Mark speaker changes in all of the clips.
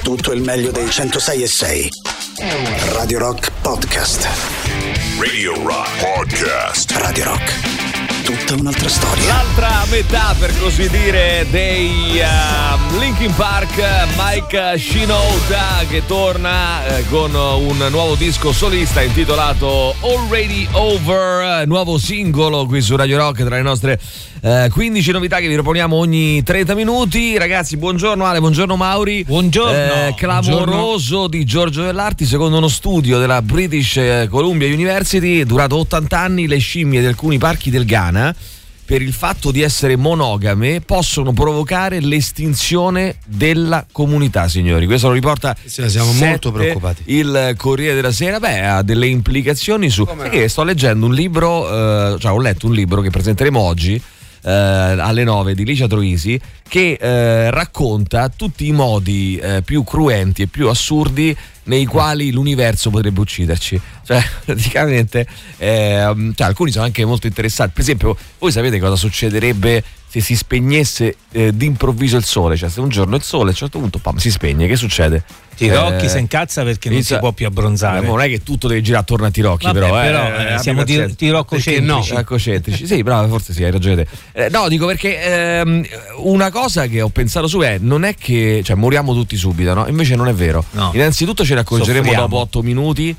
Speaker 1: tutto il meglio dei 106.6. Radio Rock Podcast.
Speaker 2: Radio Rock Podcast.
Speaker 1: Radio Rock. Tutta un'altra storia.
Speaker 3: L'altra metà, per così dire, dei Linkin Park, Mike Shinoda, che torna con un nuovo disco solista intitolato Already Over, nuovo singolo qui su Radio Rock, tra le nostre 15 novità che vi proponiamo ogni 30 minuti. Ragazzi, buongiorno Ale, buongiorno Mauri.
Speaker 4: Buongiorno.
Speaker 3: Clamoroso buongiorno. Di Giorgio Dell'Arti, secondo uno studio della British Columbia University, durato 80 anni, le scimmie di alcuni parchi del Ghana, per il fatto di essere monogame, possono provocare l'estinzione della comunità, signori. Questo lo riporta
Speaker 4: siamo molto preoccupati.
Speaker 3: Il Corriere della Sera. Ha delle implicazioni su... Perché sto leggendo un libro, ho letto un libro che presenteremo oggi alle 9 di Licia Troisi, che racconta tutti i modi più cruenti e più assurdi nei quali l'universo potrebbe ucciderci. Cioè, praticamente alcuni sono anche molto interessanti. Per esempio, voi sapete cosa succederebbe se si spegnesse d'improvviso il sole? Cioè, se un giorno il sole a un certo punto si spegne, che succede?
Speaker 4: Tirocchi si incazza perché non si può più abbronzare.
Speaker 3: Non è che tutto deve girare attorno a Tirocchi, però
Speaker 4: siamo tiroccocentrici.
Speaker 3: Eccocentrici. Sì, bravo, forse sì, hai ragione te. No, dico perché una cosa che ho pensato su è, non è che moriamo tutti subito, no? Invece non è vero. No. Innanzitutto ce ne accorgeremo dopo 8 minuti,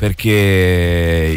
Speaker 3: perché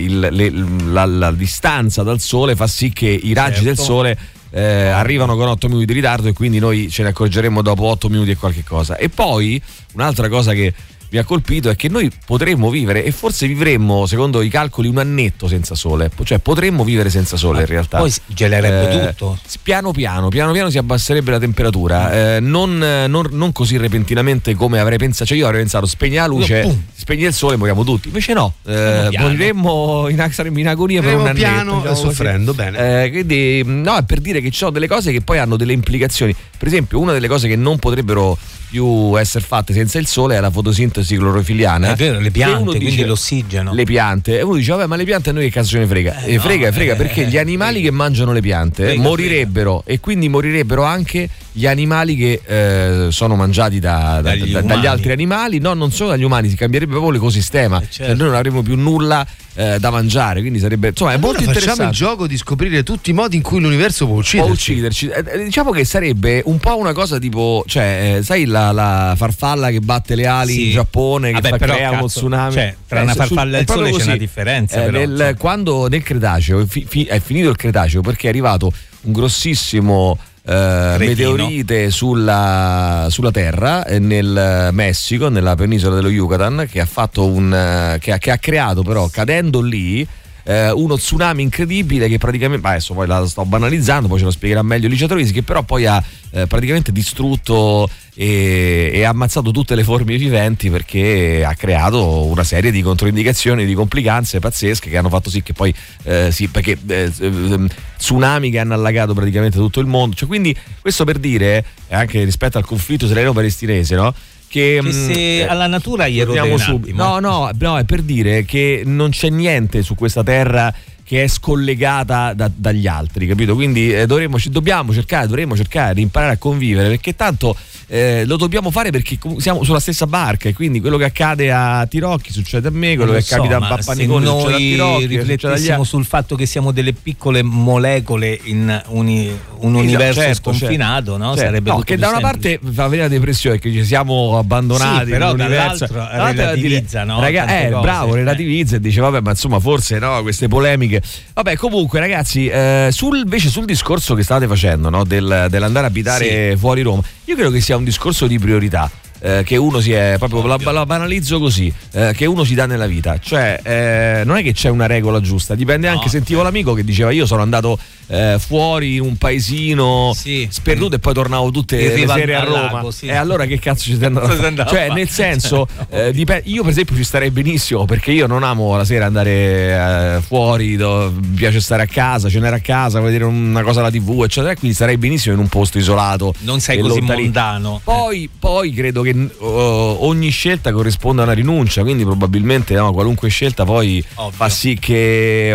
Speaker 3: la distanza dal sole fa sì che i raggi del sole arrivano con 8 minuti di ritardo, e quindi noi ce ne accorgeremo dopo 8 minuti e qualche cosa. E poi un'altra cosa che mi ha colpito è che noi potremmo vivere, e forse vivremmo, secondo i calcoli, un annetto senza sole. Cioè potremmo vivere senza sole in realtà.
Speaker 4: Poi gelerebbe tutto.
Speaker 3: Piano piano si abbasserebbe la temperatura, non così repentinamente come avrei pensato. Cioè io avrei pensato, spegne la luce, spegne il sole, moriamo tutti. Invece no, moriremmo in agonia per un annetto,
Speaker 4: piano e soffrendo bene.
Speaker 3: Quindi no, è per dire che ci sono delle cose che poi hanno delle implicazioni. Per esempio, una delle cose che non potrebbero più essere fatte senza il sole è la fotosintesi clorofiliana.
Speaker 4: È vero, le piante, quindi l'ossigeno.
Speaker 3: Le piante. E uno dice, vabbè, ma le piante a noi che cazzo ce ne frega? Frega, perché gli animali che mangiano le piante morirebbero, e quindi morirebbero anche gli animali che sono mangiati dagli altri animali. No, non solo dagli umani, si cambierebbe proprio l'ecosistema. Certo. Noi non avremo più nulla da mangiare, quindi sarebbe, insomma, è molto interessante.
Speaker 4: Facciamo il gioco di scoprire tutti i modi in cui l'universo può ucciderci.
Speaker 3: Diciamo che sarebbe un po' una cosa tipo, sai la farfalla che batte le ali in Giappone, che crea uno tsunami.
Speaker 4: Cioè, tra una farfalla e il sole c'è una differenza.
Speaker 3: Quando nel Cretaceo è finito il Cretaceo, perché è arrivato un grossissimo meteorite sulla Terra, nel Messico, nella penisola dello Yucatan, che ha fatto che ha creato, però cadendo lì, uno tsunami incredibile che praticamente, adesso poi la sto banalizzando, poi ce lo spiegherà meglio Licia Troisi, che però poi ha praticamente distrutto e ha ammazzato tutte le forme viventi, perché ha creato una serie di controindicazioni, di complicanze pazzesche che hanno fatto sì che poi perché tsunami che hanno allagato praticamente tutto il mondo. Cioè, quindi questo per dire, anche rispetto al conflitto israelo-palestinese, no? Che
Speaker 4: se alla natura gli erode
Speaker 3: no, è per dire che non c'è niente su questa terra che è scollegata dagli altri, capito? Quindi dovremmo cercare di imparare a convivere, perché tanto lo dobbiamo fare, perché siamo sulla stessa barca, e quindi quello che accade a Tirocchi succede a me, quello che capita a Pappanicone succede a Tirocchi.
Speaker 4: Se noi riflettessimo sul fatto che siamo delle piccole molecole in un universo sconfinato, no? Sarebbe tutto
Speaker 3: che da una parte fa venire la depressione, che ci siamo abbandonati,
Speaker 4: però dall'altro relativizza, no?
Speaker 3: Bravo, relativizza e dice, vabbè, ma insomma forse no, queste polemiche. Vabbè, comunque ragazzi, invece sul discorso che state facendo, no, dell'andare a abitare fuori Roma, io credo che sia un discorso di priorità, che uno si è proprio la banalizzo così, che uno si dà nella vita. Cioè non è che c'è una regola giusta, dipende anche. Sentivo l'amico che diceva, io sono andato fuori in un paesino sperduto e poi tornavo tutte le sere a Roma, e allora che cazzo ci stai andando? Cioè nel senso, io per esempio ci starei benissimo, perché io non amo la sera andare fuori, mi piace stare a casa, cenare a casa, vedere una cosa alla TV eccetera, quindi starei benissimo in un posto isolato,
Speaker 4: non sei così mondano.
Speaker 3: Poi credo che che ogni scelta corrisponde a una rinuncia, quindi probabilmente qualunque scelta poi fa sì che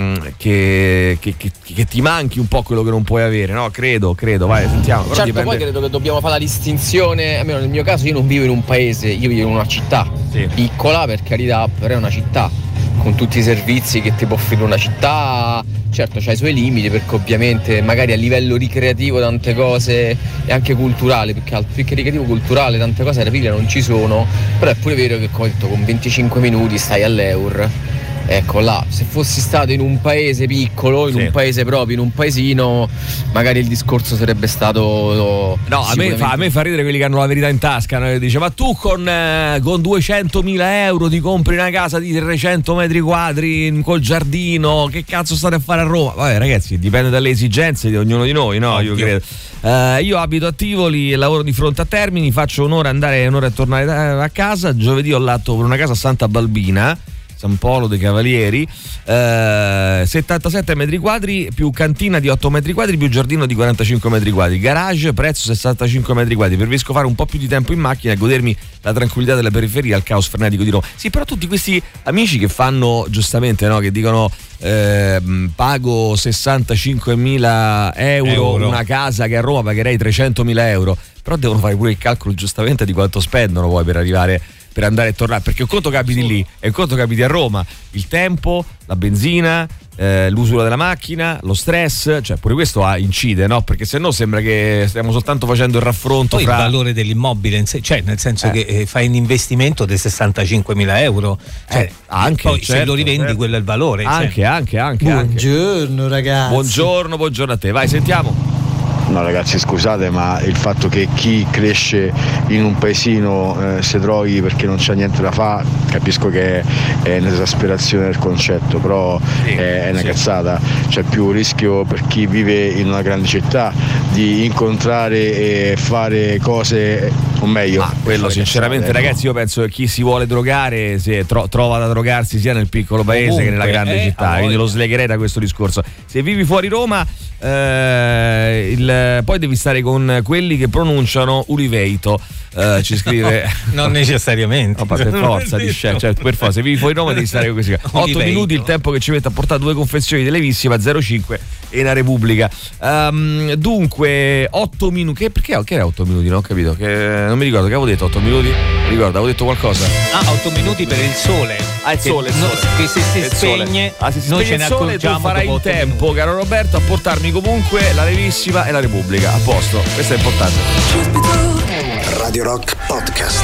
Speaker 3: ti manchi un po' quello che non puoi avere, no? Credo, vai, sentiamo. Però
Speaker 5: certo, poi credo che dobbiamo fare la distinzione, almeno nel mio caso io non vivo in un paese, io vivo in una città piccola, per carità, però è una città con tutti i servizi che ti può offrire una città. Certo, c'ha i suoi limiti, perché ovviamente magari a livello ricreativo tante cose e anche culturale, più che ricreativo, culturale, tante cose alla figlia non ci sono, però è pure vero che con 25 minuti stai all'Eur. Ecco là, se fossi stato in un paese piccolo, in un paese proprio, in un paesino, magari il discorso sarebbe stato
Speaker 3: a me fa ridere quelli che hanno la verità in tasca, no? Dice, ma tu con 200.000 euro ti compri una casa di 300 metri quadri col giardino, che cazzo state a fare a Roma? Vabbè ragazzi, dipende dalle esigenze di ognuno di noi, no? Io credo. Io abito a Tivoli e lavoro di fronte a Termini, faccio un'ora andare e un'ora a tornare a casa. Giovedì ho l'atto per una casa a Santa Balbina, San Polo dei Cavalieri, 77 metri quadri più cantina di 8 metri quadri più giardino di 45 metri quadri, garage, prezzo 65 metri quadri. Preferisco fare un po' più di tempo in macchina e godermi la tranquillità della periferia al caos frenetico di Roma. Sì, però tutti questi amici che fanno giustamente, no, che dicono pago 65.000 euro una casa che a Roma pagherei 300.000 euro, però devono fare pure il calcolo giustamente di quanto spendono poi per arrivare, per andare e tornare, perché un conto capiti lì e un conto capiti a Roma, il tempo, la benzina, l'uso della macchina, lo stress, cioè pure questo incide, no? Perché se no sembra che stiamo soltanto facendo il raffronto
Speaker 4: poi il valore dell'immobile in sé, cioè nel senso che fai un investimento di 65.000 euro, cioè,
Speaker 3: anche
Speaker 4: poi se lo rivendi quello è il valore,
Speaker 3: anche.
Speaker 6: Buongiorno ragazzi.
Speaker 3: Buongiorno a te, vai, sentiamo.
Speaker 7: No ragazzi, scusate, ma il fatto che chi cresce in un paesino si trovi perché non c'è niente da fare, capisco che è un'esasperazione del concetto, però è una cazzata. C'è più rischio per chi vive in una grande città di incontrare e fare cose, o meglio,
Speaker 3: quello sinceramente ragazzi, io penso che chi si vuole drogare trova da drogarsi sia nel piccolo paese che nella grande città, quindi lo slegherei da questo discorso. Se vivi fuori Roma poi devi stare con quelli che pronunciano Uliveito, ci scrive
Speaker 4: non necessariamente,
Speaker 3: no, per forza per forza, se vivi fuori Roma devi stare con questi 8 minuti il tempo che ci mette a portare 2 confezioni di Levissima 0,5 e una Repubblica. Dunque 8 minuti, che era 8 minuti, non ho capito, che non mi ricordo che avevo detto 8 minuti, ricordo, avevo detto qualcosa.
Speaker 4: 8 minuti per il sole.
Speaker 3: Il sole,
Speaker 4: che se si spegne noi ce ne accorgiamo,
Speaker 3: tu farai in tempo, caro Roberto, a portarmi comunque la Levissima e la Repubblica. A posto, questo è importante.
Speaker 1: Radio Rock Podcast.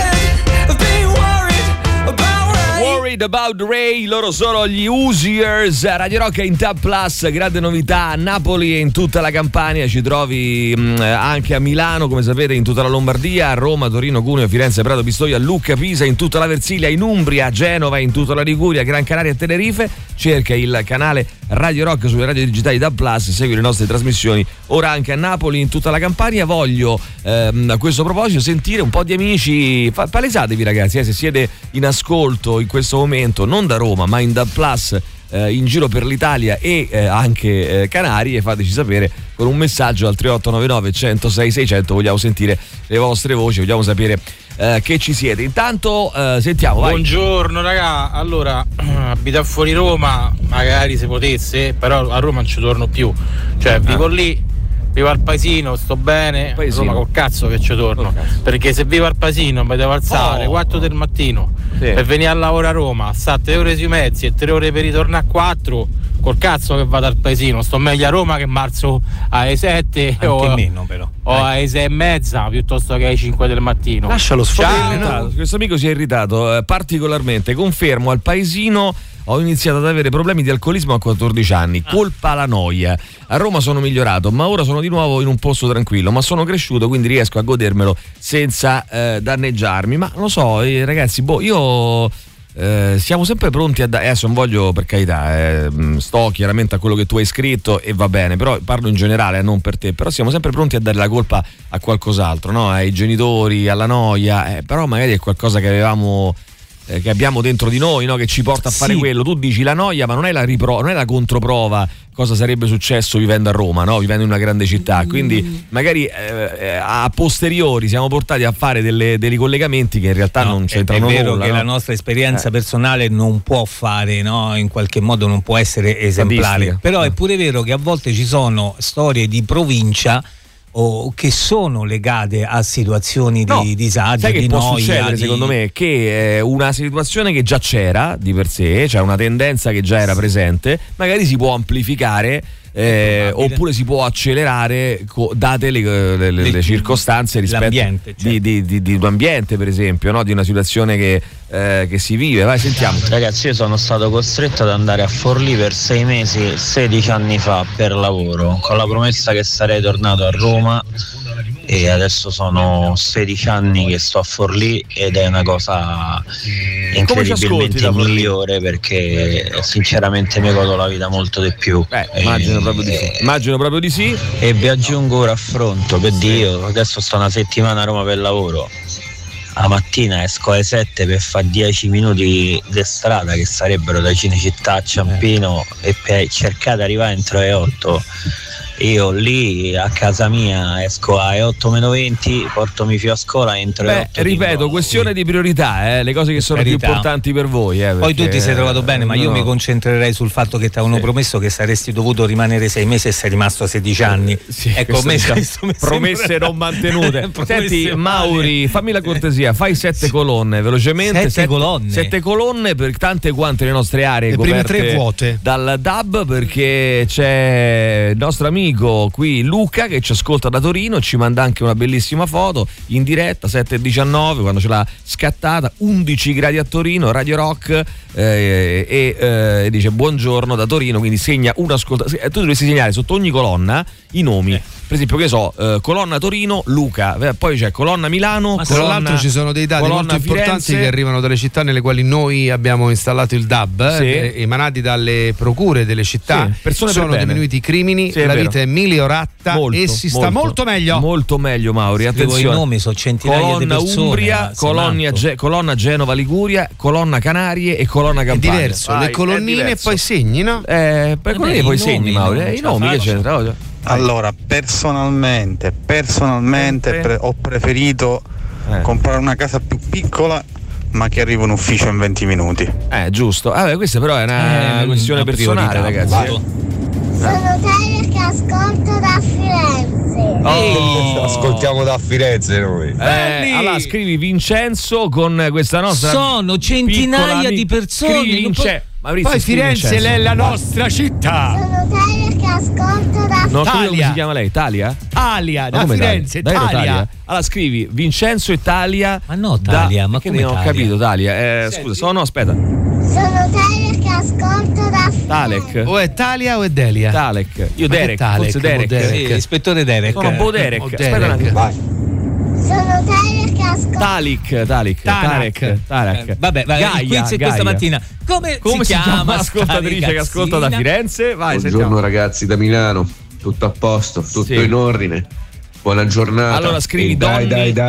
Speaker 3: Worried About Ray, loro sono gli Hoosiers. Radio Rock è in Tab Plus, grande novità a Napoli e in tutta la Campania, ci trovi anche a Milano, come sapete, in tutta la Lombardia, a Roma, Torino, Cuneo, Firenze, Prato, Pistoia, Lucca, Pisa, in tutta la Versilia, in Umbria, Genova, in tutta la Liguria, Gran Canaria e Tenerife. Cerca il canale Radio Rock sulle radio digitali Tab Plus, segui le nostre trasmissioni ora anche a Napoli, in tutta la Campania. Voglio a questo proposito sentire un po' di amici, palesatevi ragazzi, se siete in ascolto in questo momento non da Roma ma in Dub Plus in giro per l'Italia e anche Canarie, fateci sapere con un messaggio al 3899 106 600. Vogliamo sentire le vostre voci, vogliamo sapere che ci siete. Intanto sentiamo, vai.
Speaker 8: Buongiorno ragà, allora abita fuori Roma, magari se potesse, però a Roma non ci torno più, cioè vivo lì, vivo al paesino, sto bene, a Roma col cazzo che ci torno, perché se vivo al paesino mi devo alzare 4 del mattino per venire a lavorare a Roma, sta 3 ore sui mezzi e 3 ore per ritornare a 4, col cazzo che vado al paesino, sto meglio a Roma che marzo alle 7 o meno però, o alle 6 e mezza piuttosto che alle 5 del mattino.
Speaker 3: Lascialo sfogare. Questo amico si è irritato particolarmente. Confermo, al paesino ho iniziato ad avere problemi di alcolismo a 14 anni, colpa la noia. A Roma sono migliorato, ma ora sono di nuovo in un posto tranquillo, ma sono cresciuto, quindi riesco a godermelo senza danneggiarmi. Ma non lo so, ragazzi, io siamo sempre pronti a dare, adesso non voglio, per carità, sto chiaramente a quello che tu hai scritto e va bene, però parlo in generale, non per te, però siamo sempre pronti a dare la colpa a qualcos'altro, no? Ai genitori, alla noia, però magari è qualcosa che avevamo che abbiamo dentro di noi, no? Che ci porta a fare quello. Tu dici la noia, ma non è non è la controprova cosa sarebbe successo vivendo a Roma, no? Vivendo in una grande città. Quindi magari a posteriori siamo portati a fare dei collegamenti che in realtà non c'entrano nulla. È vero
Speaker 4: che la nostra esperienza personale non può fare, no? In qualche modo non può essere esemplare. Però è pure vero che a volte ci sono storie di provincia o che sono legate a situazioni di disagio,
Speaker 3: sai che
Speaker 4: di
Speaker 3: può
Speaker 4: noia,
Speaker 3: succedere secondo me che una situazione che già c'era di per sé, cioè una tendenza che già era presente, magari si può amplificare oppure si può accelerare date le circostanze rispetto di un ambiente, per esempio, no? Di una situazione che si vive. Vai, sentiamo.
Speaker 9: Ragazzi, io sono stato costretto ad andare a Forlì per 6 mesi 16 anni fa per lavoro, con la promessa che sarei tornato a Roma, e adesso sono 16 anni che sto a Forlì ed è una cosa incredibilmente migliore, perché sinceramente mi godo la vita molto di più.
Speaker 3: Immagino proprio di sì.
Speaker 9: E vi aggiungo un raffronto, per Dio, adesso sto una settimana a Roma per lavoro. La mattina esco alle 7 per fare 10 minuti di strada, che sarebbero da Cinecittà a Ciampino, e per cercare di arrivare entro le 8. Io lì a casa mia esco alle 8:20, porto mio figlio a scuola, entro le 8.
Speaker 3: Ripeto, questione di priorità, le cose che sono più importanti per voi.
Speaker 4: Poi tu ti sei trovato bene, ma io mi concentrerei sul fatto che ti avevano promesso che saresti dovuto rimanere 6 mesi e sei rimasto 16 anni.
Speaker 3: Ecco, promesse non mantenute. Senti, Mauri, fammi la cortesia, fai 7 colonne velocemente. 7 colonne per tante quante le nostre aree, le prime 3 vuote dal DAB, perché c'è il nostro amico qui Luca che ci ascolta da Torino, ci manda anche una bellissima foto in diretta 7:19 quando ce l'ha scattata, 11 gradi a Torino, Radio Rock, e dice buongiorno da Torino, quindi segna un ascoltatore. Tu dovresti segnare sotto ogni colonna i nomi, per esempio, che so, colonna Torino, Luca, poi c'è colonna Milano,
Speaker 10: ma tra l'altro ci sono dei dati molto importanti che arrivano dalle città nelle quali noi abbiamo installato il DAB, emanati dalle procure delle città. Sono diminuiti i crimini, la vita è migliorata e si sta molto meglio.
Speaker 3: Molto meglio, Mauri, attenzione.
Speaker 4: I nomi sono centinaia di persone.
Speaker 3: Umbria, colonna Genova Liguria, colonna Canarie e colonna Campania.
Speaker 10: È diverso, le colonnine e poi segni, no?
Speaker 3: Per colonnine poi segni, Mauri, i nomi che c'entra.
Speaker 11: Allora, personalmente ho preferito comprare una casa più piccola ma che arriva in ufficio in 20 minuti.
Speaker 3: Giusto. Questa però è una questione personale, ragazzi.
Speaker 12: Sono Talia che ascolto da Firenze.
Speaker 13: Ascoltiamo da Firenze noi.
Speaker 3: Allora scrivi Vincenzo con questa nostra.
Speaker 4: Sono centinaia di persone.
Speaker 3: Maurizio,
Speaker 10: poi Firenze è la nostra città.
Speaker 12: Sono Talia che ascolto da Firenze.
Speaker 3: Non credo come si chiama lei, Talia?
Speaker 10: Alia, da Firenze, Talia.
Speaker 3: Allora scrivi Vincenzo e Talia.
Speaker 4: Ma no, Talia, ma come
Speaker 3: non ho capito, Talia. Scusa, aspetta.
Speaker 12: Sono Talia che ascolto da Firenze.
Speaker 3: Talek.
Speaker 10: O è Talia o è Delia?
Speaker 3: Talek. Io Derek, forse Derek.
Speaker 4: Sì, ispettore Derek.
Speaker 3: Sono Derek. Aspetta un attimo.
Speaker 13: Vai.
Speaker 12: Sono Talia che ascolto.
Speaker 3: Talek.
Speaker 4: Vabbè, il quiz questa mattina. Come si chiama
Speaker 3: l'ascoltatrice che ascolta da Firenze? Vai,
Speaker 13: buongiorno
Speaker 3: sentiamo.
Speaker 13: Ragazzi da Milano, tutto a posto, tutto in ordine. Buona giornata.
Speaker 3: Allora scrivi dai,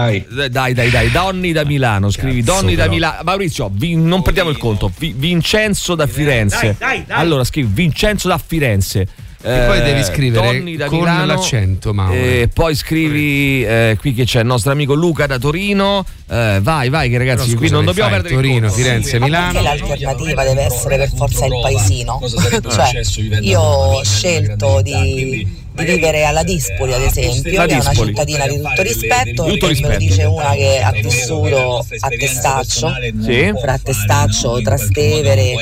Speaker 3: Donni da Milano. Scrivi Donni da Milano. Maurizio, non perdiamo il conto. Vincenzo da Firenze.
Speaker 10: Dai.
Speaker 3: Allora scrivi Vincenzo da Firenze.
Speaker 10: E poi devi scrivere con Milano, l'accento, Mauro.
Speaker 3: Poi scrivi qui che c'è il nostro amico Luca da Torino. Vai che ragazzi, scusa, qui non dobbiamo perdere
Speaker 10: Torino, Firenze, Milano.
Speaker 14: Perché l'alternativa deve essere per forza il paesino? Cioè, io ho scelto di vivere alla Dispoli, ad esempio, che è una cittadina di tutto rispetto, me lo dice una che ha vissuto a Testaccio, fra Testaccio, Trastevere,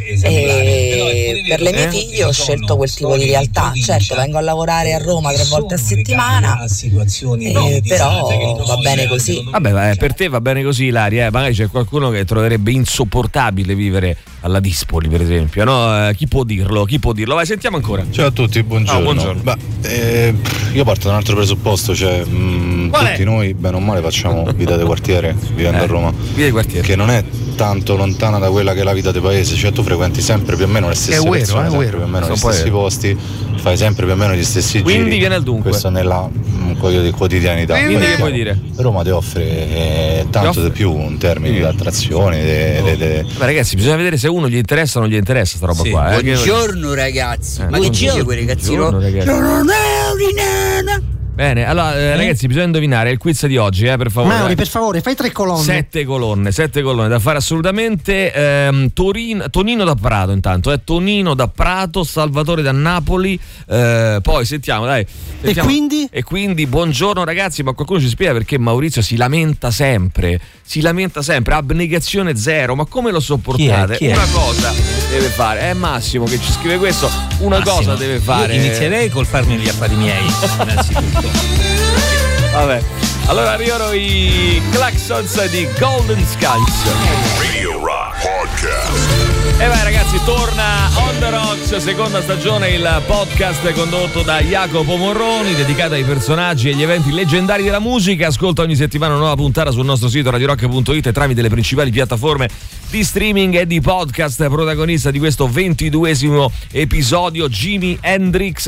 Speaker 14: e per le mie figlie ho scelto quel tipo di realtà. Certo, vengo a lavorare a Roma 3 volte a settimana, però va bene così.
Speaker 3: Vabbè, per te va bene così, Ilaria, magari c'è qualcuno che troverebbe insopportabile vivere alla Dispoli, per esempio, no? Chi può dirlo? Vai, sentiamo ancora.
Speaker 15: Ciao a tutti, buongiorno. Io parto da un altro presupposto, cioè tutti noi bene o male facciamo vita di quartiere vivendo a Roma,
Speaker 3: vita di quartiere,
Speaker 15: che non è tanto lontana da quella che è la vita di paese, cioè tu frequenti sempre più o meno le stesse persone, sempre più o meno gli stessi posti, fai sempre più o meno gli stessi
Speaker 3: quindi
Speaker 15: giri.
Speaker 3: Viene al dunque.
Speaker 15: Questo po' di quotidianità.
Speaker 3: Quindi che vuoi dire?
Speaker 15: Roma ti offre tanto di più in termini di attrazione.
Speaker 3: Ma ragazzi, bisogna vedere se uno gli interessa o non gli interessa sta roba qua.
Speaker 16: Buongiorno ragazzi. Ma che dice quel ragazzino? Non è un
Speaker 3: Bene, allora ragazzi, bisogna indovinare il quiz di oggi, per favore.
Speaker 6: Mauri, per favore, fai 3 colonne.
Speaker 3: 7 colonne da fare assolutamente. Tonino da Prato, intanto, Tonino da Prato, Salvatore da Napoli. Poi sentiamo, dai.
Speaker 6: E quindi?
Speaker 3: Buongiorno ragazzi, ma qualcuno ci spiega perché Maurizio si lamenta sempre, abnegazione zero, ma come lo sopportate?
Speaker 4: Chi è?
Speaker 3: Una cosa deve fare, è Massimo che ci scrive questo, cosa deve fare.
Speaker 4: Io inizierei col farmi gli affari miei, innanzitutto.
Speaker 3: Vabbè, allora arrivano i Klaxons di Golden Skies.
Speaker 2: Radio Rock Podcast.
Speaker 3: E vai ragazzi, torna On The Rocks, seconda stagione, il podcast condotto da Jacopo Morroni, dedicato ai personaggi e agli eventi leggendari della musica. Ascolta ogni settimana una nuova puntata sul nostro sito radiorock.it e tramite le principali piattaforme di streaming e di podcast. Protagonista di questo 22esimo episodio Jimi Hendrix,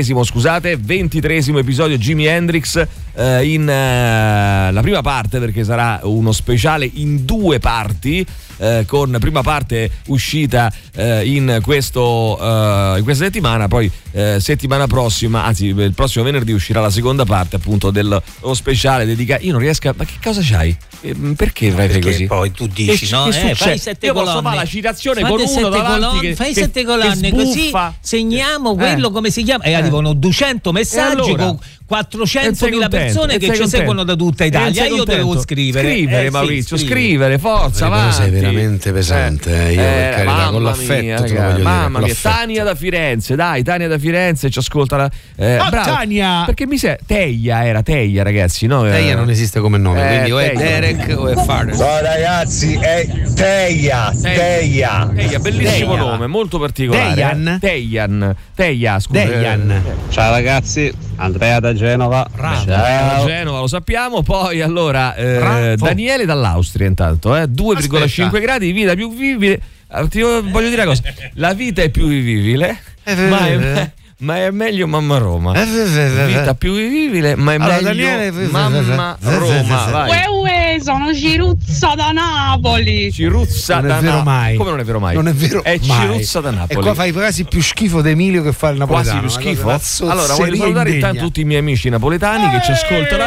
Speaker 3: 23esimo episodio Jimi Hendrix, in la prima parte, perché sarà uno speciale in 2 parti, con prima parte uscita in questa settimana, poi settimana prossima, anzi il prossimo venerdì uscirà la seconda parte appunto dello speciale dedicato. Io non riesco ma che cosa c'hai? Perché fai così?
Speaker 4: Poi tu dici fai 7 colonne.
Speaker 3: Posso fare la citazione con uno davanti
Speaker 4: fai 7 colonne così segniamo quello come si chiama, e arrivano 200 messaggi con 400.000 persone che ci seguono da tutta Italia. Io devo scrivere
Speaker 3: Maurizio, scrivere, forza, va.
Speaker 10: Sei veramente pesante, io per carità, con l'affetto te lo voglio dire.
Speaker 3: Mamma mia, Tania da Firenze, Tania da Firenze ci ascolta.
Speaker 10: Tania!
Speaker 3: Perché era Teia, ragazzi, no?
Speaker 10: Teia non esiste come nome, quindi o è Derek o è Farnes.
Speaker 17: No ragazzi, è Teia,
Speaker 3: bellissimo nome, molto particolare. Teia, scusa.
Speaker 18: Ciao ragazzi, Andrea da Genova.
Speaker 3: Ciao. Da Genova, lo sappiamo. Poi allora Daniele dall'Austria, intanto 2,5 gradi, vita più vivibile. Ti voglio dire una cosa, la vita è più vivibile, ma è meglio Mamma Roma. Vita più vivibile, ma è meglio
Speaker 10: Daniele,
Speaker 3: Mamma Roma. Vai.
Speaker 19: Sono Ciruzza da Napoli.
Speaker 3: Ciruzza da Napoli. Come non è vero mai?
Speaker 10: Non è vero.
Speaker 3: È
Speaker 10: mai.
Speaker 3: Ciruzza da Napoli.
Speaker 10: E qua fai quasi più schifo di Emilio che fa il napoletano.
Speaker 3: Quasi più schifo. Allora voglio salutare intanto tutti i miei amici napoletani che ci ascoltano.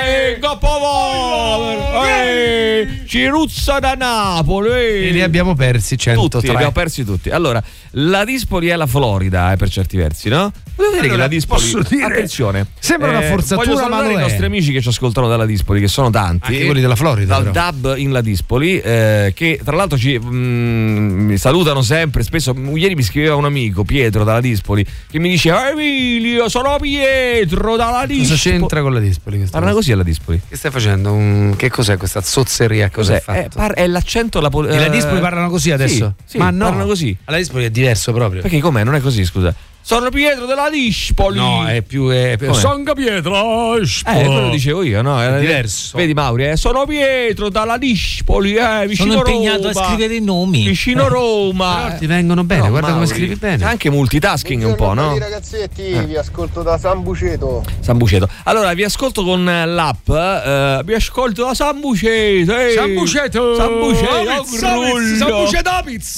Speaker 3: Ciruzza da Napoli.
Speaker 10: E ne abbiamo persi 103.
Speaker 3: Li abbiamo persi tutti. Allora, la Dispoli è la Florida, per certi versi, no? Volevo dire che la Dispoli,
Speaker 10: posso dire,
Speaker 3: attenzione,
Speaker 10: sembra una forzatura,
Speaker 3: voglio salutare i nostri amici che ci ascoltano dalla Dispoli, che sono tanti,
Speaker 10: anche quelli della Florida,
Speaker 3: dal DAB in la Dispoli, che tra l'altro mi salutano sempre. Spesso, ieri mi scriveva un amico, Pietro dalla Dispoli, che mi diceva: Emilio, sono Pietro dalla Dispoli.
Speaker 10: Cosa c'entra con la Dispoli?
Speaker 3: Parla così alla Dispoli.
Speaker 10: Che stai facendo? Che cos'è questa zozzeria? Cos'è?
Speaker 3: È l'accento
Speaker 10: e la Dispoli parlano così adesso?
Speaker 3: Sì, ma no, parlano così.
Speaker 10: Alla Dispoli è diverso proprio.
Speaker 3: Perché com'è? Non è così, scusa. Sono Pietro della Dispoli.
Speaker 10: No, è più
Speaker 3: Songa Pietro. Quello dicevo io, no?
Speaker 10: È diverso.
Speaker 3: Vedi Mauri, sono Pietro dalla Dispoli, vicino
Speaker 4: Sono impegnato
Speaker 3: Roma,
Speaker 4: a scrivere i nomi.
Speaker 3: Vicino Roma.
Speaker 10: Però ti vengono bene,
Speaker 3: no,
Speaker 10: guarda
Speaker 3: Mauri,
Speaker 10: come scrivi bene.
Speaker 3: Anche multitasking un po', no?
Speaker 17: Ragazzetti, vi ascolto da San Buceto.
Speaker 3: Allora, vi ascolto con l'app. Vi ascolto da San Buceto.
Speaker 10: San Buceto.
Speaker 3: San Buceto.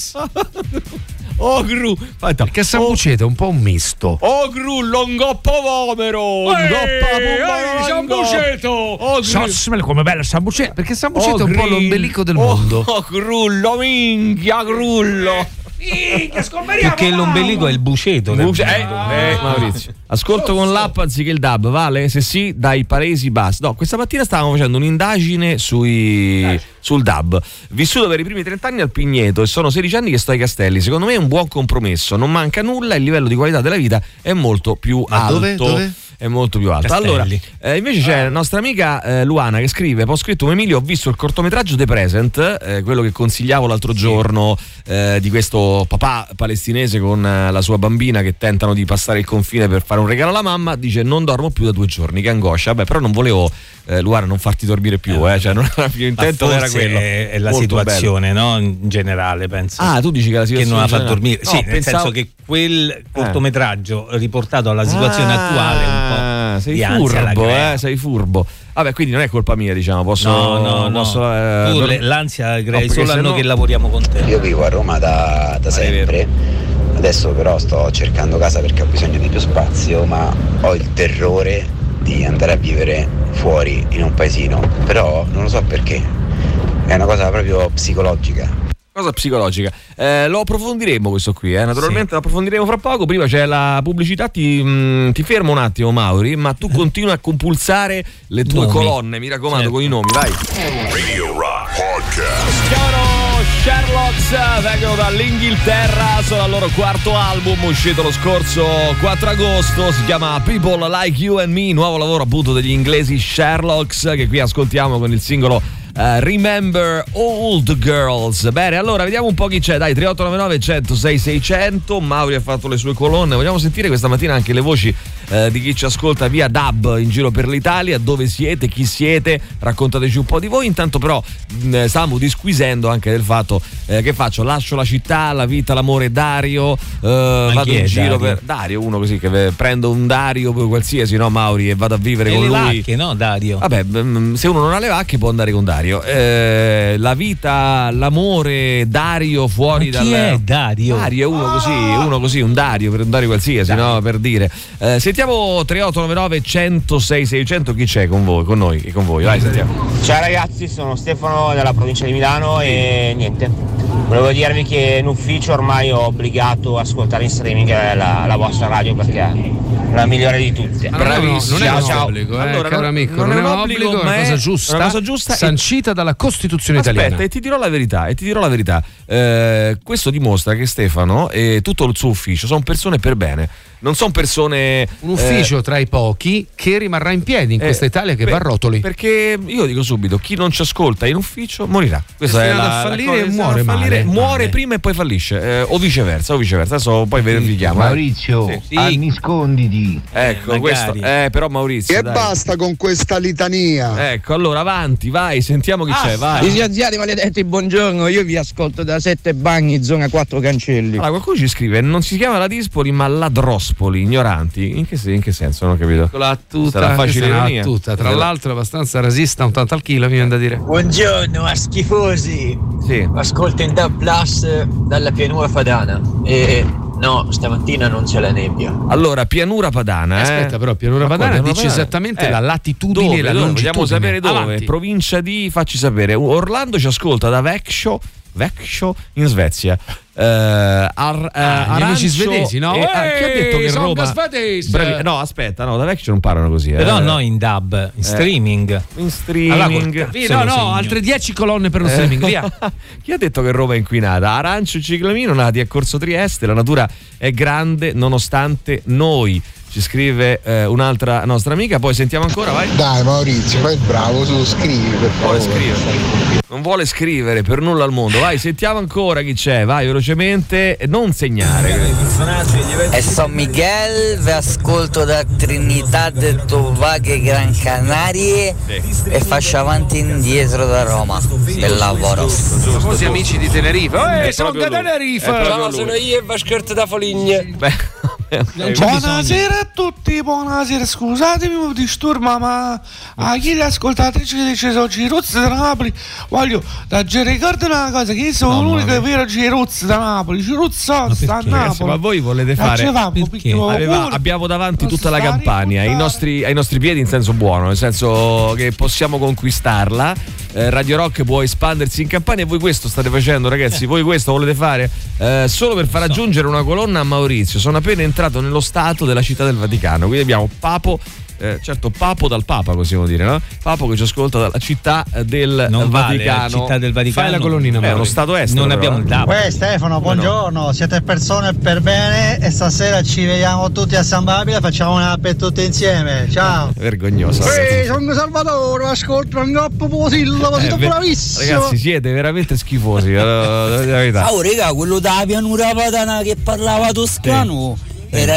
Speaker 3: Oh gru,
Speaker 10: perché San Buceto è un po' un misto.
Speaker 3: Oh grullo, un goppo vomero,
Speaker 10: San Buceto. Come bello San Buceto, perché San Buceto è un po' l'ombelico del mondo.
Speaker 3: Oh grullo, minchia grullo.
Speaker 4: Perché l'ombelico è il buceto.
Speaker 3: Maurizio, ascolto con l'app anziché il DAB, vale? Se sì, dai Paesi Bassi. No, questa mattina stavamo facendo un'indagine sul DAB. Vissuto per i primi 30 anni al Pigneto e sono 16 anni che sto ai Castelli. Secondo me è un buon compromesso, non manca nulla e il livello di qualità della vita è molto più alto.
Speaker 10: Dove?
Speaker 3: È molto più alto.
Speaker 4: Castelli.
Speaker 3: Allora, invece c'è la nostra amica Luana che scrive: ho scritto Emilio, ho visto il cortometraggio The Present, quello che consigliavo l'altro giorno, di questo papà palestinese con la sua bambina che tentano di passare il confine per fare fare un regalo alla mamma, dice non dormo più da 2 giorni, che angoscia. Vabbè, però non volevo Luara non farti dormire più, cioè non era più intento, non era quello.
Speaker 4: È la
Speaker 3: Molto
Speaker 4: situazione, no? In generale, penso.
Speaker 3: Ah, tu dici che la situazione
Speaker 4: che non la fa dormire.
Speaker 3: No,
Speaker 4: sì, nel senso che quel cortometraggio riportato alla situazione attuale un po'
Speaker 3: sei
Speaker 4: di ansia
Speaker 3: furbo, sei furbo. Vabbè, quindi non è colpa mia, diciamo, posso
Speaker 4: tu l'ansia crei solo a noi che lavoriamo con te.
Speaker 20: Io vivo a Roma da sempre. Adesso però sto cercando casa perché ho bisogno di più spazio, ma ho il terrore di andare a vivere fuori in un paesino, però non lo so perché, è una cosa proprio psicologica.
Speaker 3: Cosa psicologica. Lo approfondiremo questo qui, naturalmente lo approfondiremo fra poco. Prima c'è la pubblicità, ti fermo un attimo Mauri, ma tu continui a compulsare le tue colonne, mi raccomando, con i nomi, vai.
Speaker 2: Radio Rock Podcast.
Speaker 3: Ciao Sherlocks, vengono dall'Inghilterra, sono al loro 4º album uscito lo scorso 4 agosto, si chiama People Like You and Me, nuovo lavoro appunto degli inglesi Sherlocks, che qui ascoltiamo con il singolo Remember Old Girls. Bene, allora vediamo un po' chi c'è. Dai, 3899 106 600. Mauri ha fatto le sue colonne. Vogliamo sentire questa mattina anche le voci di chi ci ascolta via DAB in giro per l'Italia. Dove siete? Chi siete? Raccontateci un po' di voi. Intanto però stiamo disquisendo anche del fatto che faccio? Lascio la città, la vita, l'amore, Dario, vado in giro per Dario, uno così che prendo un Dario qualsiasi, no Mauri, e vado a vivere con
Speaker 4: lui.
Speaker 3: Le
Speaker 4: vacche, no Dario?
Speaker 3: Vabbè, se uno non ha le vacche può andare con Dario. La vita, l'amore, Dario fuori dal.
Speaker 4: Chi è Dario?
Speaker 3: Dario è uno così, un Dario qualsiasi, Dario. No, per dire. Sentiamo 3899 106 600, chi c'è con voi, con noi e con voi. Vai, sentiamo.
Speaker 21: Ciao ragazzi, sono Stefano dalla provincia di Milano e niente. Volevo dirvi che in ufficio ormai ho obbligato a ascoltare in streaming la vostra radio perché è la migliore di tutte.
Speaker 10: Bravissimo. Non è un
Speaker 21: ciao.
Speaker 10: obbligo,
Speaker 3: allora,
Speaker 10: caro amico, non è un obbligo, è una cosa giusta, sancita dalla Costituzione italiana.
Speaker 3: Aspetta, e ti dirò la verità. Questo dimostra che Stefano e tutto il suo ufficio sono persone per bene. Non sono persone.
Speaker 10: Un ufficio tra i pochi che rimarrà in piedi in questa Italia che va a rotoli.
Speaker 3: Perché io dico subito: chi non ci ascolta in ufficio morirà. Questa è
Speaker 10: a fallire e muore male.
Speaker 3: Muore prima e poi fallisce, o viceversa. Adesso poi verifichiamo.
Speaker 22: Maurizio, annisconditi.
Speaker 3: Ecco, questo. Però Maurizio.
Speaker 22: E basta con questa litania.
Speaker 3: Ecco, allora avanti, vai, sentiamo chi c'è, vai.
Speaker 23: Licenziati maledetti, buongiorno, io vi ascolto da 7 Bagni, zona 4 Cancelli.
Speaker 3: Allora, qualcuno ci scrive: non si chiama la Dispoli, ma la Drospoli, ignoranti. In che senso? Non ho capito.
Speaker 10: La tutta facile ironia. Tra l'altro abbastanza rasista, un tanto al chilo, mi viene da dire.
Speaker 23: Buongiorno a schifosi.
Speaker 3: Sì.
Speaker 23: Ascolto in DAB Plus dalla pianura padana e no, stamattina non c'è la nebbia.
Speaker 3: Allora, pianura padana.
Speaker 10: Aspetta, però, pianura padana dice esattamente la latitudine e la longitudine.
Speaker 3: Vogliamo sapere dove?
Speaker 10: Avanti.
Speaker 3: Provincia di, facci sapere. Orlando ci ascolta da Växjö in Svezia.
Speaker 10: Gli amici svedesi, no?
Speaker 3: Chi ha detto che Roma? No, aspetta, da Växjö non parlano così.
Speaker 4: Però no, in DAB, in streaming.
Speaker 3: In streaming.
Speaker 10: No, altre 10 colonne per lo streaming, via.
Speaker 3: Chi ha detto che Roma è inquinata? Arancio e Ciclamino nati a Corso Trieste, la natura è grande nonostante noi. Ci scrive un'altra nostra amica, poi sentiamo ancora, vai.
Speaker 22: Dai Maurizio, fai il bravo, scrivi per favore.
Speaker 3: Non vuole scrivere per nulla al mondo. Vai, sentiamo ancora chi c'è, vai velocemente, non segnare.
Speaker 24: E San Miguel, vi ascolto da Trinidad e Tobago e Gran Canarie e faccio avanti e indietro da Roma. Bel lavoro.
Speaker 10: Famosi amici di Tenerife. Sono da Tenerife.
Speaker 23: Ciao, sono io e Vascert da Foligno.
Speaker 25: Buonasera a tutti, buonasera, scusatemi un disturbo, ma a chi le ascoltatrici che dice sono Giruzzi da Napoli, voglio da ricordare una cosa, che io sono l'unico vero Giruzzi da Napoli, Giruzzi sta a Napoli.
Speaker 3: Ma voi volete fare? Abbiamo davanti tutta la Campania ai nostri piedi, in senso buono, nel senso che possiamo conquistarla. Radio Rock può espandersi in Campania e voi questo state facendo, ragazzi. Voi questo volete fare solo per far aggiungere una colonna a Maurizio. Sono appena entrato nello stato della città del Vaticano, quindi abbiamo Papo, certo Papo dal Papa, possiamo dire, no? Papo che ci ascolta dalla città del Vaticano.
Speaker 4: Città del Vaticano.
Speaker 10: Fai la colonnina,
Speaker 3: è uno stato estero.
Speaker 4: Non abbiamo il DAB.
Speaker 26: Stefano, buongiorno, siete persone per bene e stasera ci vediamo tutti a San Babila, facciamo una per tutti insieme. Ciao.
Speaker 3: Vergognosa.
Speaker 26: Sono Salvatore, ascolto un groppo posilla, siete bravissimo.
Speaker 3: Ragazzi, siete veramente schifosi, la verità.
Speaker 24: Raga, quello da pianura padana che parlava toscano era il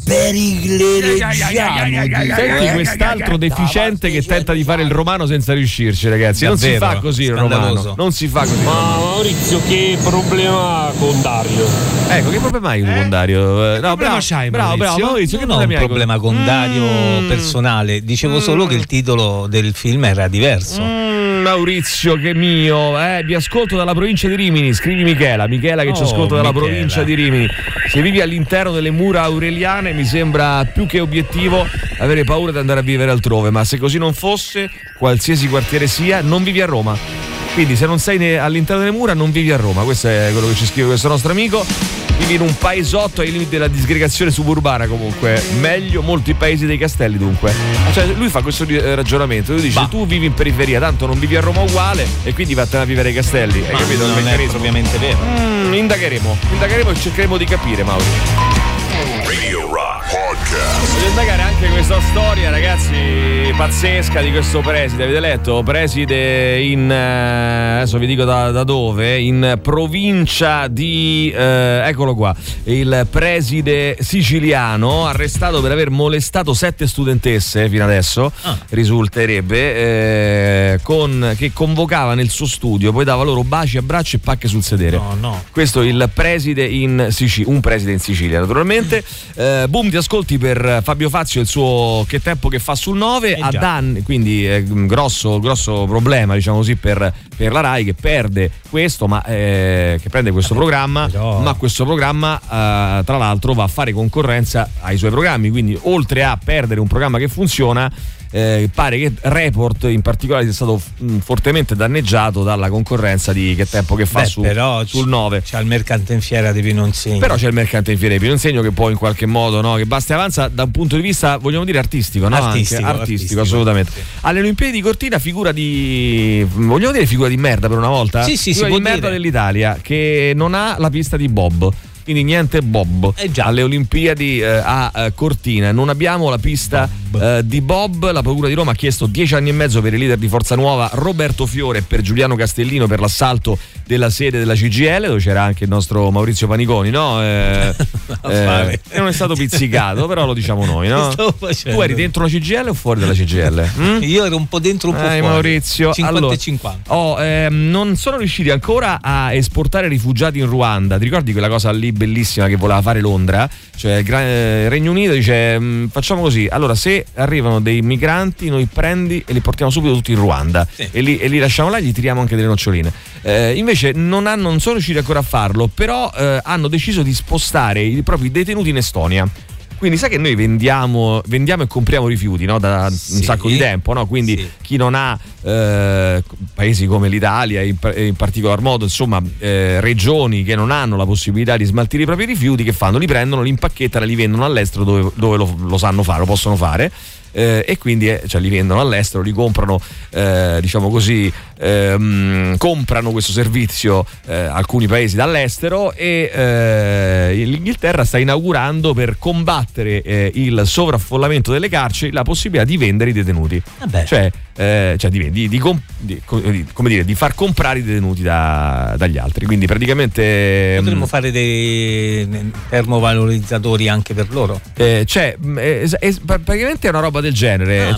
Speaker 3: Senti quest'altro deficiente che tenta di fare il romano senza riuscirci, ragazzi. Non si fa così il romano. Non si fa così.
Speaker 1: Ma Maurizio, che problema ha con Dario?
Speaker 3: Ecco, che problema hai con Dario? No, bravo, Maurizio, che
Speaker 4: non ho un problema con Dario personale. Dicevo solo che il titolo del film era diverso.
Speaker 3: Maurizio, che mio, vi ascolto dalla provincia di Rimini. Scrivi Michela che ci ascolta dalla provincia di Rimini. Se vivi all'interno delle mura aureliane mi sembra più che obiettivo avere paura di andare a vivere altrove, ma se così non fosse, qualsiasi quartiere sia, non vivi a Roma. Quindi se non sei all'interno delle mura non vivi a Roma. Questo è quello che ci scrive questo nostro amico. Vivi in un paesotto ai limiti della disgregazione suburbana, comunque meglio molti paesi dei castelli, dunque. Cioè lui fa questo ragionamento, lui dice tu vivi in periferia, tanto non vivi a Roma uguale e quindi vattene a vivere ai castelli. Hai capito?
Speaker 4: Non è propriamente vero.
Speaker 3: Indagheremo e cercheremo di capire, Mauro.
Speaker 2: Radio Rock Podcast.
Speaker 3: Voglio indagare anche questa storia, ragazzi, pazzesca di questo preside. Avete letto? Preside in adesso vi dico da dove, in provincia di eccolo qua, il preside siciliano arrestato per aver molestato 7 studentesse fino adesso, risulterebbe, che convocava nel suo studio, poi dava loro baci, abbracci e pacche sul sedere.
Speaker 4: No.
Speaker 3: Questo il preside in Sicilia, un preside in Sicilia naturalmente. Boom di ascolti per Fabio Fazio e il suo Che tempo che fa sul 9 a danni, quindi grosso problema, diciamo così, per la Rai, che perde questo, ma che prende questo programma, ma questo programma tra l'altro va a fare concorrenza ai suoi programmi, quindi oltre a perdere un programma che funziona, pare che Report in particolare sia stato fortemente danneggiato dalla concorrenza di Che tempo che fa sul 9.
Speaker 4: C'è il mercante in fiera di Pinonsegno.
Speaker 3: Però c'è il mercante in fiera di Pinonsegno che può in qualche modo, no, che basta e avanza da un punto di vista, vogliamo dire, artistico, no? Artistico, assolutamente. Alle Olimpiadi di Cortina figura di merda per una volta.
Speaker 4: Sì,
Speaker 3: figura di merda dell'Italia, che non ha la pista di bob. Quindi niente bob alle Olimpiadi a Cortina. Non abbiamo la pista di bob. La Procura di Roma ha chiesto 10 anni e mezzo per il leader di Forza Nuova Roberto Fiore e per Giuliano Castellino per l'assalto della sede della CGIL, dove c'era anche il nostro Maurizio Paniconi, no? Non è stato pizzicato, però lo diciamo noi, no? Tu eri dentro la CGIL o fuori dalla CGIL?
Speaker 4: Io ero un po' dentro, un po' fuori.
Speaker 3: Maurizio,
Speaker 4: 50 e 50.
Speaker 3: Non sono riusciti ancora a esportare rifugiati in Ruanda. Ti ricordi quella cosa lì bellissima che voleva fare Londra? Cioè il Regno Unito dice facciamo così, allora se arrivano dei migranti noi prendi e li portiamo subito tutti in Ruanda, e li lasciamo là e gli tiriamo anche delle noccioline. Invece non sono riusciti ancora a farlo, però hanno deciso di spostare i propri detenuti in Estonia. Quindi sai che noi vendiamo e compriamo rifiuti, no? Da un sacco di tempo, no? Quindi chi non ha paesi come l'Italia, in particolar modo, insomma, regioni che non hanno la possibilità di smaltire i propri rifiuti, che fanno? Li prendono, li impacchettano e li vendono all'estero dove lo sanno fare, lo possono fare. E quindi li vendono all'estero, li comprano, diciamo così, comprano questo servizio alcuni paesi dall'estero, e l'Inghilterra sta inaugurando, per combattere il sovraffollamento delle carceri, la possibilità di vendere i detenuti, di far comprare i detenuti dagli altri. Quindi praticamente
Speaker 4: potremmo fare dei termovalorizzatori anche per loro.
Speaker 3: Praticamente è una roba del genere.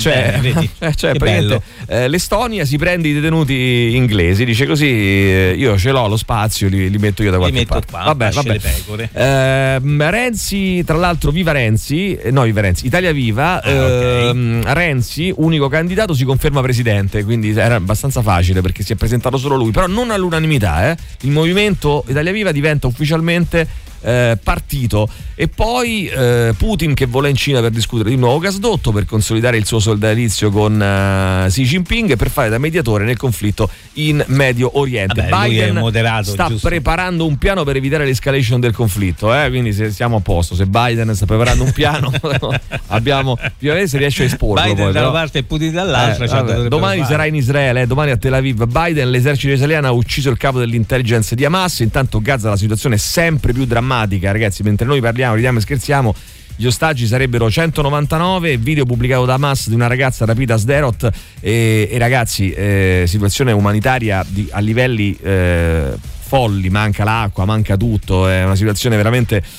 Speaker 3: L'Estonia si prende i detenuti inglesi, dice così, io ce l'ho lo spazio, li metto io da qualche parte. Vabbè.
Speaker 4: Le pecore.
Speaker 3: Renzi, tra l'altro, Italia Viva, Renzi, unico candidato, si conferma presidente, quindi era abbastanza facile perché si è presentato solo lui, però non all'unanimità. Il movimento Italia Viva diventa ufficialmente partito. E poi Putin che vola in Cina per discutere di un nuovo gasdotto, per consolidare il suo sodalizio con Xi Jinping e per fare da mediatore nel conflitto in Medio Oriente. Biden sta preparando un piano per evitare l'escalation del conflitto, quindi siamo a posto. Se Biden sta preparando un piano abbiamo se riesce a esporlo.
Speaker 4: Biden
Speaker 3: poi,
Speaker 4: da una parte e Putin dall'altra.
Speaker 3: Domani sarà in Israele, domani a Tel Aviv. Biden, l'esercito israeliano ha ucciso il capo dell'intelligence di Hamas. Intanto Gaza la situazione è sempre più drammatica, ragazzi. Mentre noi parliamo, ridiamo e scherziamo, gli ostaggi sarebbero 199. Video pubblicato da Hamas di una ragazza rapita a Sderot, e ragazzi, situazione umanitaria a livelli folli, manca l'acqua, manca tutto, è una situazione veramente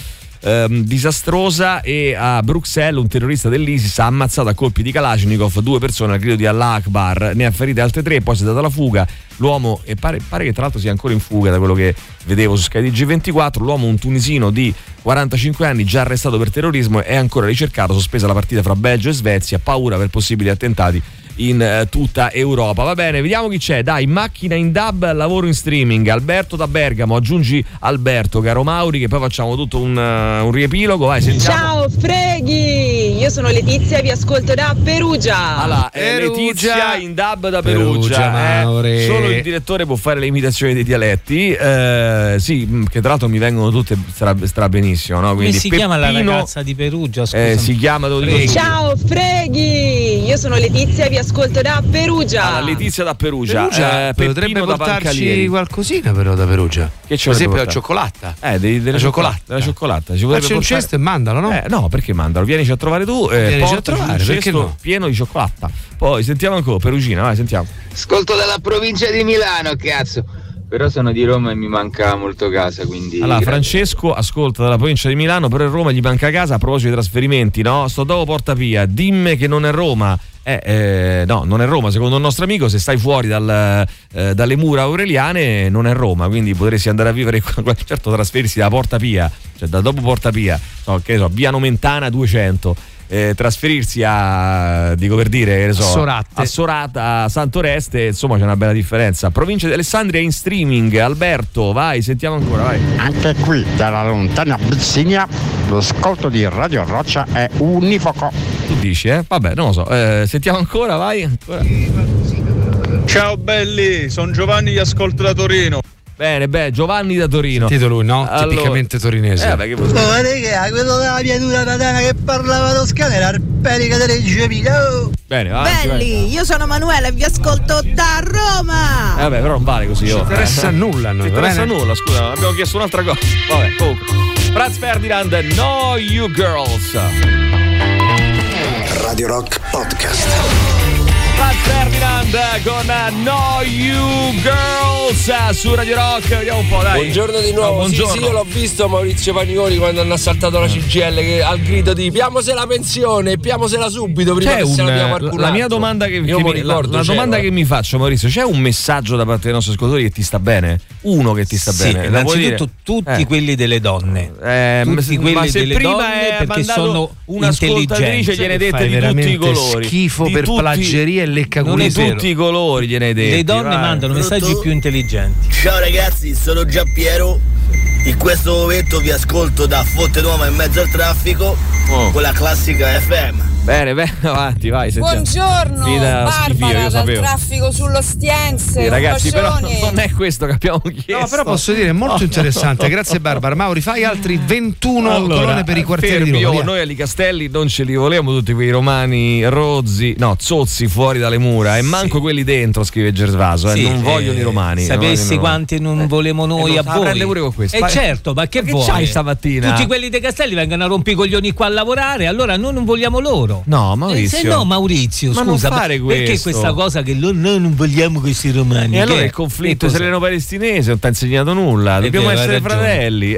Speaker 3: disastrosa, e a Bruxelles un terrorista dell'ISIS ha ammazzato a colpi di Kalashnikov 2 persone al grido di Allah Akbar, ne ha ferite altre 3, poi si è data la fuga. L'uomo, e pare che tra l'altro sia ancora in fuga da quello che vedevo su Sky TG24, l'uomo, un tunisino di 45 anni già arrestato per terrorismo, è ancora ricercato, sospesa la partita fra Belgio e Svezia, paura per possibili attentati in tutta Europa. Va bene, vediamo chi c'è. Dai, macchina in DAB, lavoro in streaming. Alberto da Bergamo, aggiungi Alberto, caro Mauri, che poi facciamo tutto un riepilogo. Vai, sentiamo.
Speaker 5: Ciao freghi, io sono Letizia e vi ascolto da Perugia.
Speaker 3: Allora, Letizia in DAB da Perugia. Solo il direttore può fare le imitazioni dei dialetti. Sì, che tra l'altro mi vengono tutte stra benissimo, no? Quindi
Speaker 4: come si chiama la ragazza di Perugia?
Speaker 3: Si chiama
Speaker 5: Ciao freghi, io sono Letizia e vi ascolto da Perugia.
Speaker 3: Letizia da Perugia.
Speaker 10: Potrebbe portarci qualcosina però da Perugia.
Speaker 3: Che c'è?
Speaker 10: Per esempio la cioccolata.
Speaker 3: Della cioccolata. Ci
Speaker 10: faccio un cesto e mandalo, no?
Speaker 3: No, perché mandalo? Vienici a trovare tu.
Speaker 10: Vienici a trovare, perché no?
Speaker 3: Pieno di cioccolata. Poi sentiamo ancora Perugina, vai, sentiamo.
Speaker 7: Ascolto dalla provincia di Milano, cazzo. Però sono di Roma e mi manca molto casa, quindi...
Speaker 3: Allora, Francesco ascolta dalla provincia di Milano, però in Roma gli manca casa. A proposito di trasferimenti, no? Sto dopo Porta Pia, dimmi che non è Roma. No, non è Roma, secondo il nostro amico. Se stai fuori dalle mura aureliane non è Roma, quindi potresti andare a vivere certo, trasferirsi da Porta Pia, cioè da dopo Porta Pia, via Nomentana 200, trasferirsi a, dico per dire, che ne so, a Sorata, a Santoreste, insomma c'è una bella differenza. Provincia di Alessandria in streaming. Alberto, vai, sentiamo ancora, vai.
Speaker 8: Anche qui dalla lontana Abissinia lo ascolto di Radio Roccia è univoco.
Speaker 3: Tu dici, vabbè, non lo so, sentiamo ancora, vai ancora.
Speaker 9: Ciao belli, sono Giovanni, vi ascolto da Torino.
Speaker 3: Bene, Giovanni da Torino.
Speaker 10: Sentito lui, no? Allora, tipicamente torinese.
Speaker 26: Quello della pianura padana che parlava toscana era Arperica delle Gemine.
Speaker 3: Bene,
Speaker 5: belli, io sono Manuela e vi ascolto da Roma.
Speaker 3: Vabbè, però non vale così.
Speaker 10: Non ci interessa nulla,
Speaker 3: non interessa nulla, scusa, abbiamo chiesto un'altra cosa. Vabbè, comunque. Franz Ferdinand, No You Girls.
Speaker 2: Radio Rock Podcast.
Speaker 3: Franz Ferdinand con No You Girls su Radio Rock. Vediamo un po', dai.
Speaker 11: Buongiorno di nuovo.
Speaker 3: Buongiorno.
Speaker 11: Sì, io l'ho visto Maurizio Paniconi quando hanno assaltato la CGIL, che al grido di piamose la pensione, piamosela subito prima che se la dia qualcun altro.
Speaker 3: La mia domanda che mi faccio, Maurizio, c'è un messaggio da parte dei nostri ascoltatori che ti sta bene? Uno che ti sta bene?
Speaker 4: Innanzitutto tutti quelli delle donne. Tutti quelli delle donne, perché sono
Speaker 3: un'ascoltatrice, gliene dette di tutti i colori.
Speaker 10: Schifo per plaggeria e
Speaker 3: leccaculo. Tutti i colori gliene hai detti.
Speaker 4: Le donne mandano messaggi più intelligenti.
Speaker 12: Ciao ragazzi, sono Giampiero. In questo momento vi ascolto da Fonte Nuova in mezzo al traffico con la classica FM.
Speaker 3: Bene, avanti, vai.
Speaker 27: Buongiorno, Barbara dal traffico sull'Ostiense.
Speaker 3: Sì, ragazzi, però non è questo che abbiamo chiesto.
Speaker 10: No, però posso dire, è molto interessante. Grazie Barbara. Mauri, fai altri 21 colonne per i quartieri di Roma.
Speaker 3: Noi a Licastelli non ce li volevamo tutti quei romani rozzi, no, zozzi fuori dalle mura, e manco quelli dentro, scrive Gervaso. Non vogliono i romani.
Speaker 4: Sapessi quanti non volevamo noi a voi.
Speaker 3: Prende pure con questo.
Speaker 4: Certo, ma che vuoi?
Speaker 3: C'hai stamattina?
Speaker 4: Tutti quelli dei Castelli vengono a rompicoglioni qua a lavorare, allora noi non vogliamo loro.
Speaker 3: No, Maurizio.
Speaker 4: Se no, Maurizio,
Speaker 3: ma
Speaker 4: scusa,
Speaker 3: non fare questo.
Speaker 4: Perché questa cosa che noi non vogliamo questi romani?
Speaker 3: E allora il conflitto israelo-palestinese non ti ha insegnato nulla. Dobbiamo essere fratelli.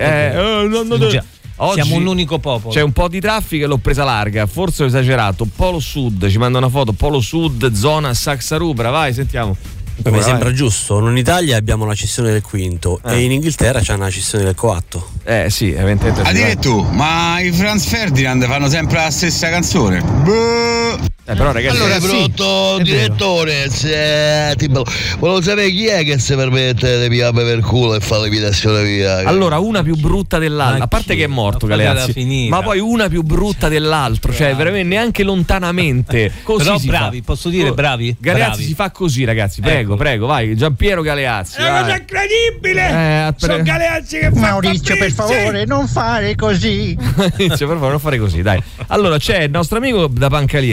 Speaker 4: Oggi siamo un unico popolo.
Speaker 3: C'è un po' di traffico e l'ho presa larga, forse ho esagerato. Polo Sud, ci manda una foto. Polo Sud, zona Saxa-Rubra. Vai, sentiamo.
Speaker 28: Mi sembra giusto, noi in Italia abbiamo la cessione del quinto e in Inghilterra c'è una cessione del coatto.
Speaker 3: Sì, evidentemente.
Speaker 11: Addirittura, ma i Franz Ferdinand fanno sempre la stessa canzone.
Speaker 3: Però ragazzi,
Speaker 12: allora pronto direttore, volevo sapere chi è che si permette di pigliarmi per culo e fare l'imitazione via.
Speaker 3: Allora, una più brutta dell'altra, a parte che è morto Galeazzi, ma poi una più brutta dell'altro, cioè veramente neanche lontanamente. Così
Speaker 4: però
Speaker 3: si
Speaker 4: bravi,
Speaker 3: fa.
Speaker 4: Posso dire bravi?
Speaker 3: Galeazzi
Speaker 4: bravi.
Speaker 3: Si fa così, ragazzi, prego, vai, Giampiero Galeazzi.
Speaker 11: È una cosa incredibile! Sono Galeazzi che fa.
Speaker 26: Maurizio, per favore, non fare così.
Speaker 3: Maurizio, per favore, non fare così, dai. Allora, c'è il nostro amico da Pancalieri, Peppino,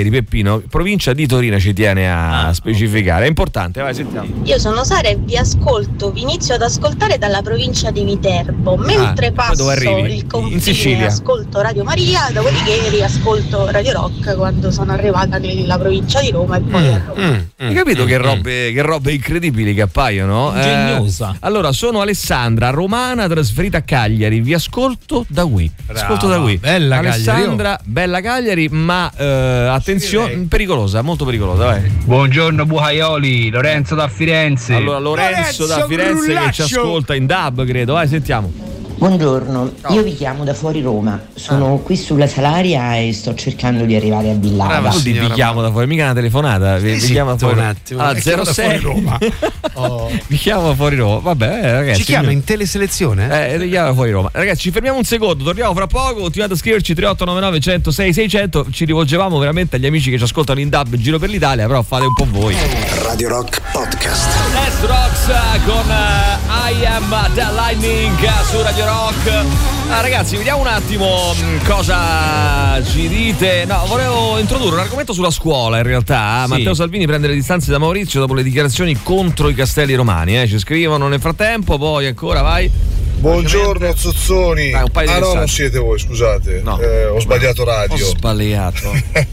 Speaker 3: Torino, provincia di Torino ci tiene a specificare, è importante, vai, sentiamo.
Speaker 6: Io sono Sara e vi ascolto, vi inizio ad ascoltare dalla provincia di Viterbo, mentre passo il confine ascolto Radio Maria, dopodiché riascolto Radio Rock quando sono arrivata nella provincia di Roma e poi a Roma.
Speaker 3: Hai capito che robe incredibili che appaiono?
Speaker 4: Ingegnosa.
Speaker 3: Allora, sono Alessandra, romana, trasferita a Cagliari, vi ascolto da qui. Ascolto da qui.
Speaker 10: Bella
Speaker 3: Alessandra, bella Cagliari, ma attenzione, pericolosa, molto pericolosa, vai.
Speaker 13: Buongiorno Buhaioli, Lorenzo da Firenze.
Speaker 3: Allora, Lorenzo da Firenze che ci ascolta in DAB, credo, vai, sentiamo.
Speaker 14: Buongiorno, io vi chiamo da fuori Roma, sono qui sulla Salaria e sto cercando di arrivare a Villava.
Speaker 3: Vi chiamo da fuori, mica una telefonata, vi chiamo fuori un attimo. Ah, 06 Roma. Vi chiamo fuori Roma. Vabbè, ragazzi.
Speaker 10: Ci chiama in teleselezione?
Speaker 3: Vi chiama fuori Roma. Ragazzi, ci fermiamo un secondo, torniamo fra poco, continuate a scriverci 3899 106 600. Ci rivolgevamo veramente agli amici che ci ascoltano in DAB in giro per l'Italia, però fate un po' voi.
Speaker 2: Radio Rock Podcast.
Speaker 3: Let's Rocks con I Am The Lightning su Radio Rock. Ragazzi, vediamo un attimo cosa ci dite. No, volevo introdurre un argomento sulla scuola in realtà. Sì. Matteo Salvini prende le distanze da Maurizio dopo le dichiarazioni contro i castelli romani. Ci scrivono nel frattempo, poi ancora vai.
Speaker 15: Buongiorno Zozzoni.
Speaker 3: No,
Speaker 15: non siete voi, scusate.
Speaker 3: No.
Speaker 15: Ho sbagliato radio.
Speaker 3: Ho sbagliato.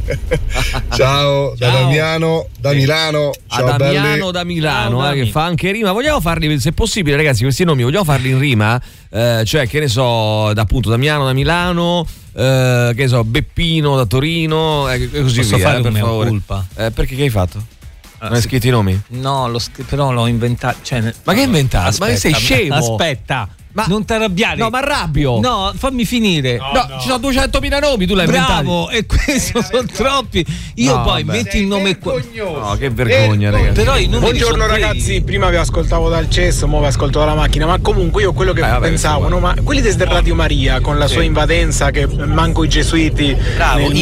Speaker 15: Ciao, da Damiano, da Milano. Ciao,
Speaker 3: a Damiano da Milano, che fa anche rima. Vogliamo farli, se possibile, ragazzi, questi nomi vogliamo farli in rima? Cioè, che ne so, appunto Damiano da Milano, che ne so, Beppino da Torino, e così
Speaker 4: via.
Speaker 3: Fare
Speaker 4: per
Speaker 3: favore.
Speaker 4: Colpa.
Speaker 3: Perché che hai fatto? Non hai scritto i nomi?
Speaker 4: No, però l'ho inventato. Cioè,
Speaker 3: ma che hai inventato?
Speaker 4: Aspetta,
Speaker 3: ma sei scemo?
Speaker 4: Aspetta. Ma non ti arrabbiare.
Speaker 3: No, ma arrabbio.
Speaker 4: No, fammi finire.
Speaker 3: No, ci sono 200.000 nomi, tu l'hai inventato.
Speaker 4: Bravo, e questo sono troppi. Io poi metti il nome qua.
Speaker 3: No, che vergogna, ragazzi.
Speaker 4: Però
Speaker 16: buongiorno ragazzi, prima vi ascoltavo dal cesso, ora vi ascolto dalla macchina, ma comunque io quello che pensavo, no, ma quelli del Radio Maria con la sua invadenza che manco i gesuiti nel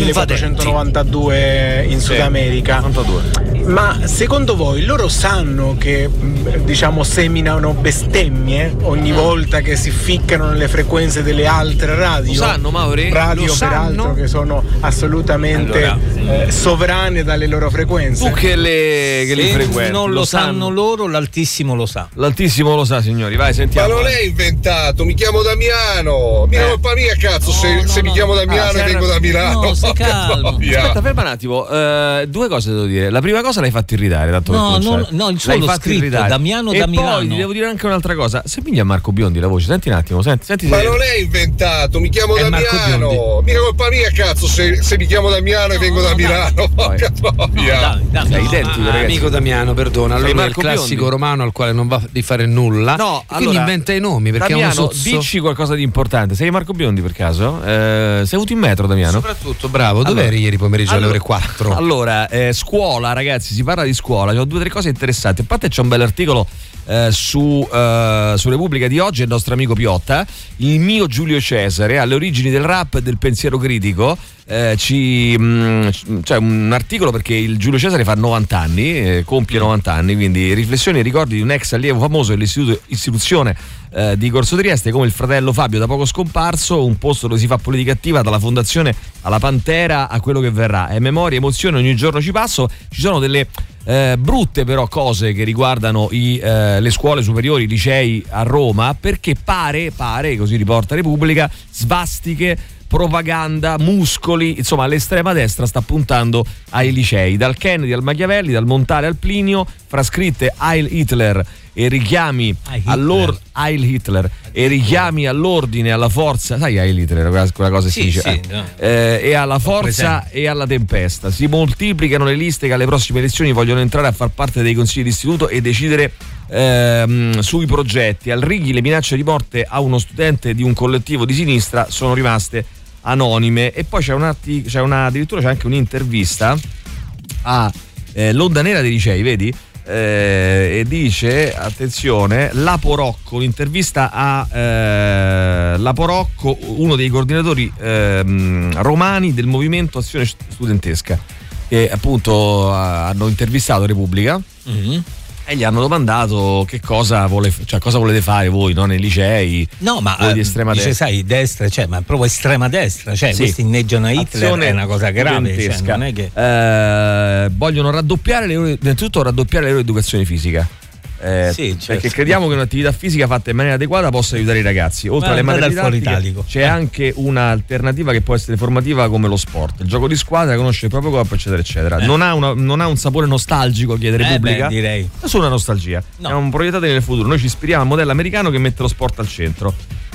Speaker 16: 1492 in Sud America. 92. Ma secondo voi loro sanno che diciamo seminano bestemmie ogni volta che si ficcano nelle frequenze delle altre radio?
Speaker 3: Lo sanno, Mauri?
Speaker 16: Radio peraltro che sono assolutamente sovrane dalle loro frequenze.
Speaker 3: Tu che li frequenti?
Speaker 4: Non lo sanno loro, l'Altissimo lo sa.
Speaker 3: L'Altissimo lo sa, signori, vai, sentiamo.
Speaker 15: Ma non è inventato, mi chiamo Damiano. Mica colpa mia, cazzo, se mi chiamo Damiano e vengo da Milano.
Speaker 4: No, stai calmo.
Speaker 3: Aspetta, ferma un attimo. Due cose devo dire. La prima cosa l'hai fatto irritare, tanto
Speaker 4: no, il suo scritto irritare. Damiano da Milano.
Speaker 3: E poi ti devo dire anche un'altra cosa. Somiglia a Marco Biondi la voce, senti un attimo, senti.
Speaker 15: Ma non è inventato, mi chiamo Damiano. Mica colpa mia, cazzo, se mi chiamo Damiano e vengo da Milano. Porca troia.
Speaker 3: Sei identico, ragazzi.
Speaker 10: Amico Damiano, perdona, allora è il classico romano al quale non va di fare nulla.
Speaker 3: No,
Speaker 10: quindi inventa i nomi perché
Speaker 3: Damiano, dici qualcosa di importante. Sei Marco Biondi per caso? Sei avuto in metro, Damiano?
Speaker 10: Soprattutto, bravo. Dov'eri ieri pomeriggio alle ore 4?
Speaker 3: Allora, scuola, ragazzi, si parla di scuola. C'ho 2 o 3 cose interessanti. A parte c'è un bel articolo su Repubblica di oggi, il nostro amico Piotta, il mio Giulio Cesare, alle origini del rap e del pensiero critico. C'è un articolo perché il Giulio Cesare fa 90 anni, compie 90 anni, quindi riflessioni e ricordi di un ex allievo famoso dell'istituzione di Corso Trieste, come il fratello Fabio da poco scomparso, un posto dove si fa politica attiva dalla fondazione alla Pantera a quello che verrà. Memoria, emozione, ogni giorno ci passo. Ci sono delle brutte però cose che riguardano le scuole superiori, i licei a Roma, perché pare, così riporta Repubblica, svastiche, propaganda, muscoli, insomma l'estrema destra sta puntando ai licei, dal Kennedy al Machiavelli, dal Montale al Plinio, fra scritte Heil Hitler e richiami Heil Hitler e richiami all'ordine, alla forza, sai Heil Hitler, quella cosa si dice, no. E alla forza e alla tempesta. Si moltiplicano le liste che alle prossime elezioni vogliono entrare a far parte dei consigli d'istituto e decidere sui progetti. Al Righi le minacce di morte a uno studente di un collettivo di sinistra sono rimaste anonime. E poi addirittura c'è anche un'intervista a l'Onda Nera dei licei, vedi? E dice, attenzione, Lapo Rocco, un'intervista a Lapo Rocco, uno dei coordinatori romani del movimento Azione Studentesca, che appunto hanno intervistato Repubblica. e gli hanno domandato che cosa volete fare voi, no? Nei licei,
Speaker 4: no, ma
Speaker 3: di estrema
Speaker 4: dice,
Speaker 3: destra,
Speaker 4: sai, destra, cioè, ma proprio estrema destra, cioè sì, questi inneggiano a Hitler, è una cosa grave, cioè, non è che
Speaker 3: vogliono raddoppiare le ore di educazione fisica.
Speaker 4: Sì, certo.
Speaker 3: Perché crediamo che un'attività fisica fatta in maniera adeguata possa aiutare i ragazzi. Oltre alle materie didattiche c'è anche un'alternativa che può essere formativa come lo sport, il gioco di squadra, conosce il proprio corpo, eccetera eccetera. Non ha un sapore nostalgico, chiede Repubblica,
Speaker 4: direi.
Speaker 3: Solo una nostalgia, è un proiettato nel futuro. Noi ci ispiriamo al modello americano che mette lo sport al centro,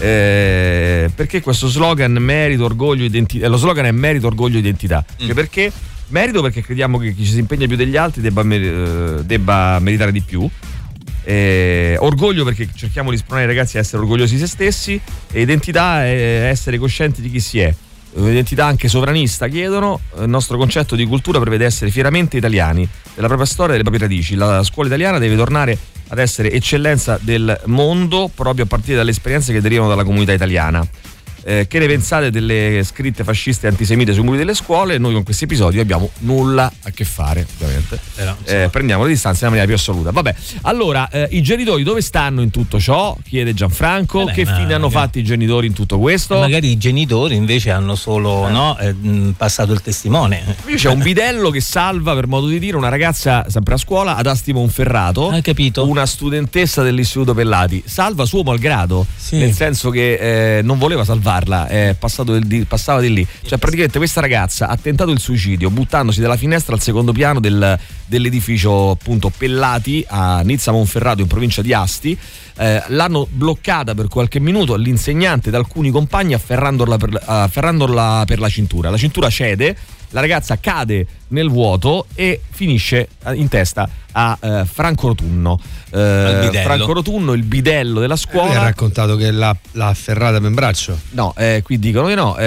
Speaker 3: perché questo slogan merito, orgoglio, identità. Lo slogan è merito, orgoglio, identità. Perché merito, perché crediamo che chi si impegna più degli altri debba meritare di più. Orgoglio, perché cerchiamo di spronare i ragazzi a essere orgogliosi di se stessi, e identità è essere coscienti di chi si è. Un'identità anche sovranista, chiedono. Il nostro concetto di cultura prevede essere fieramente italiani, della propria storia e delle proprie radici. La scuola italiana deve tornare ad essere eccellenza del mondo, proprio a partire dalle esperienze che derivano dalla comunità italiana. Che ne pensate delle scritte fasciste e antisemite sui muri delle scuole? Noi con questo episodio abbiamo nulla a che fare, ovviamente. Prendiamo le distanze nella maniera più assoluta. Vabbè, allora, i genitori dove stanno in tutto ciò? Chiede Gianfranco. Che fine hanno fatto i genitori in tutto questo?
Speaker 4: Magari i genitori invece hanno solo passato il testimone.
Speaker 3: Invece c'è un bidello che salva, per modo di dire, una ragazza sempre a scuola ad Asti Monferrato.
Speaker 4: Hai capito?
Speaker 3: Una studentessa dell'istituto Pellati. Salva suo malgrado, nel senso che non voleva salvarla. Passava di lì, cioè praticamente questa ragazza ha tentato il suicidio buttandosi dalla finestra al secondo piano dell'edificio appunto Pellati a Nizza Monferrato, in provincia di Asti. L'hanno bloccata per qualche minuto l'insegnante ed alcuni compagni afferrandola per la cintura cede, la ragazza cade nel vuoto e finisce in testa a Franco Rotunno. Franco Rotunno, il bidello della scuola.
Speaker 10: Mi ha raccontato che l'ha afferrata per un braccio.
Speaker 3: No, qui dicono che no.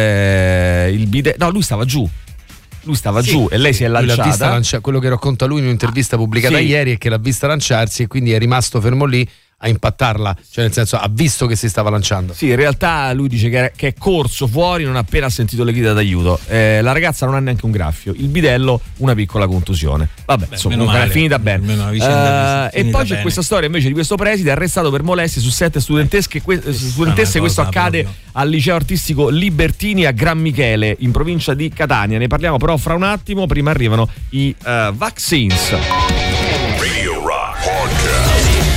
Speaker 3: Lui stava giù. E lei si è lanciata.
Speaker 10: Quello che racconta lui in un'intervista pubblicata ieri è che l'ha vista lanciarsi e quindi è rimasto fermo lì a impattarla, cioè nel senso ha visto che si stava lanciando.
Speaker 3: Sì, in realtà lui dice che è corso fuori non appena ha sentito le grida d'aiuto. La ragazza non ha neanche un graffio, il bidello una piccola contusione. Vabbè, insomma, è finita bene. E poi c'è questa storia invece di questo preside arrestato per molestie su 7 studentesse. Questo accade al liceo artistico Libertini a Gran Michele, in provincia di Catania. Ne parliamo però fra un attimo, prima arrivano i Vaccines.
Speaker 2: Radio Rock Podcast.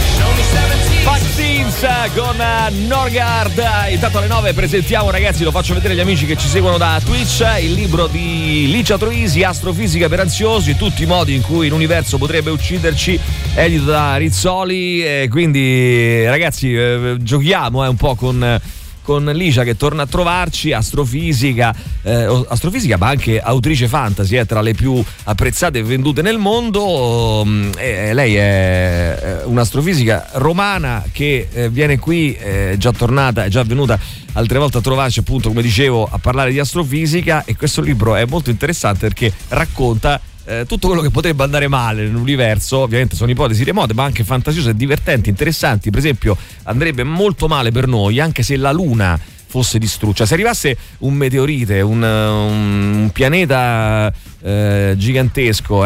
Speaker 3: Vaccines con Norgard. Intanto alle 9 presentiamo, ragazzi, lo faccio vedere agli amici che ci seguono da Twitch, il libro di Licia Troisi, Astrofisica per ansiosi, tutti i modi in cui l'universo potrebbe ucciderci, edito da Rizzoli. Quindi ragazzi, giochiamo un po' con Licia che torna a trovarci. Astrofisica, ma anche autrice fantasy, tra le più apprezzate e vendute nel mondo. Lei è un'astrofisica romana che viene qui, è già tornata, è già venuta altre volte a trovarci, appunto, come dicevo, a parlare di astrofisica, e questo libro è molto interessante perché racconta tutto quello che potrebbe andare male nell'universo. Ovviamente sono ipotesi remote, ma anche fantasiose, divertenti, interessanti. Per esempio, andrebbe molto male per noi anche se la Luna fosse distrutta. Cioè, se arrivasse un meteorite, un pianeta gigantesco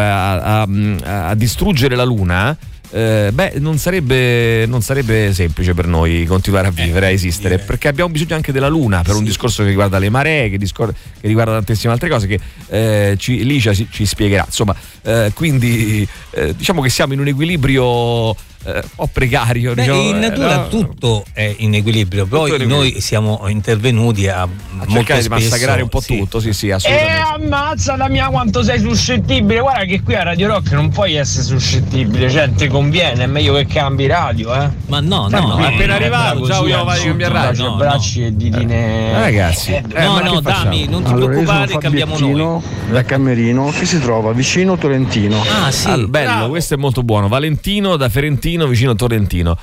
Speaker 3: a distruggere la Luna, non sarebbe semplice per noi continuare a vivere, a esistere, perché abbiamo bisogno anche della Luna per un discorso che riguarda le maree, che riguarda tantissime altre cose che Licia ci spiegherà. Insomma, quindi diciamo che siamo in un equilibrio un po' precario.
Speaker 4: In natura tutto è in equilibrio, poi noi siamo intervenuti a
Speaker 3: cercare di massacrare un po' tutto. Sì, assolutamente.
Speaker 11: Ammazza la mia quanto sei suscettibile. Guarda che qui a Radio Rock non puoi essere suscettibile, cioè ti conviene, è meglio che cambi radio,
Speaker 4: Ma no,
Speaker 3: è appena arrivato, ciao, io vai a cambiare radio.
Speaker 11: Bracci e ditine.
Speaker 3: Ragazzi,
Speaker 4: Dami, non ti preoccupare, cambiamo noi.
Speaker 17: Da Camerino, che si trova vicino Tolentino.
Speaker 3: Bello, bravo. Questo è molto buono. Valentino da Ferentino, vicino Torrentino.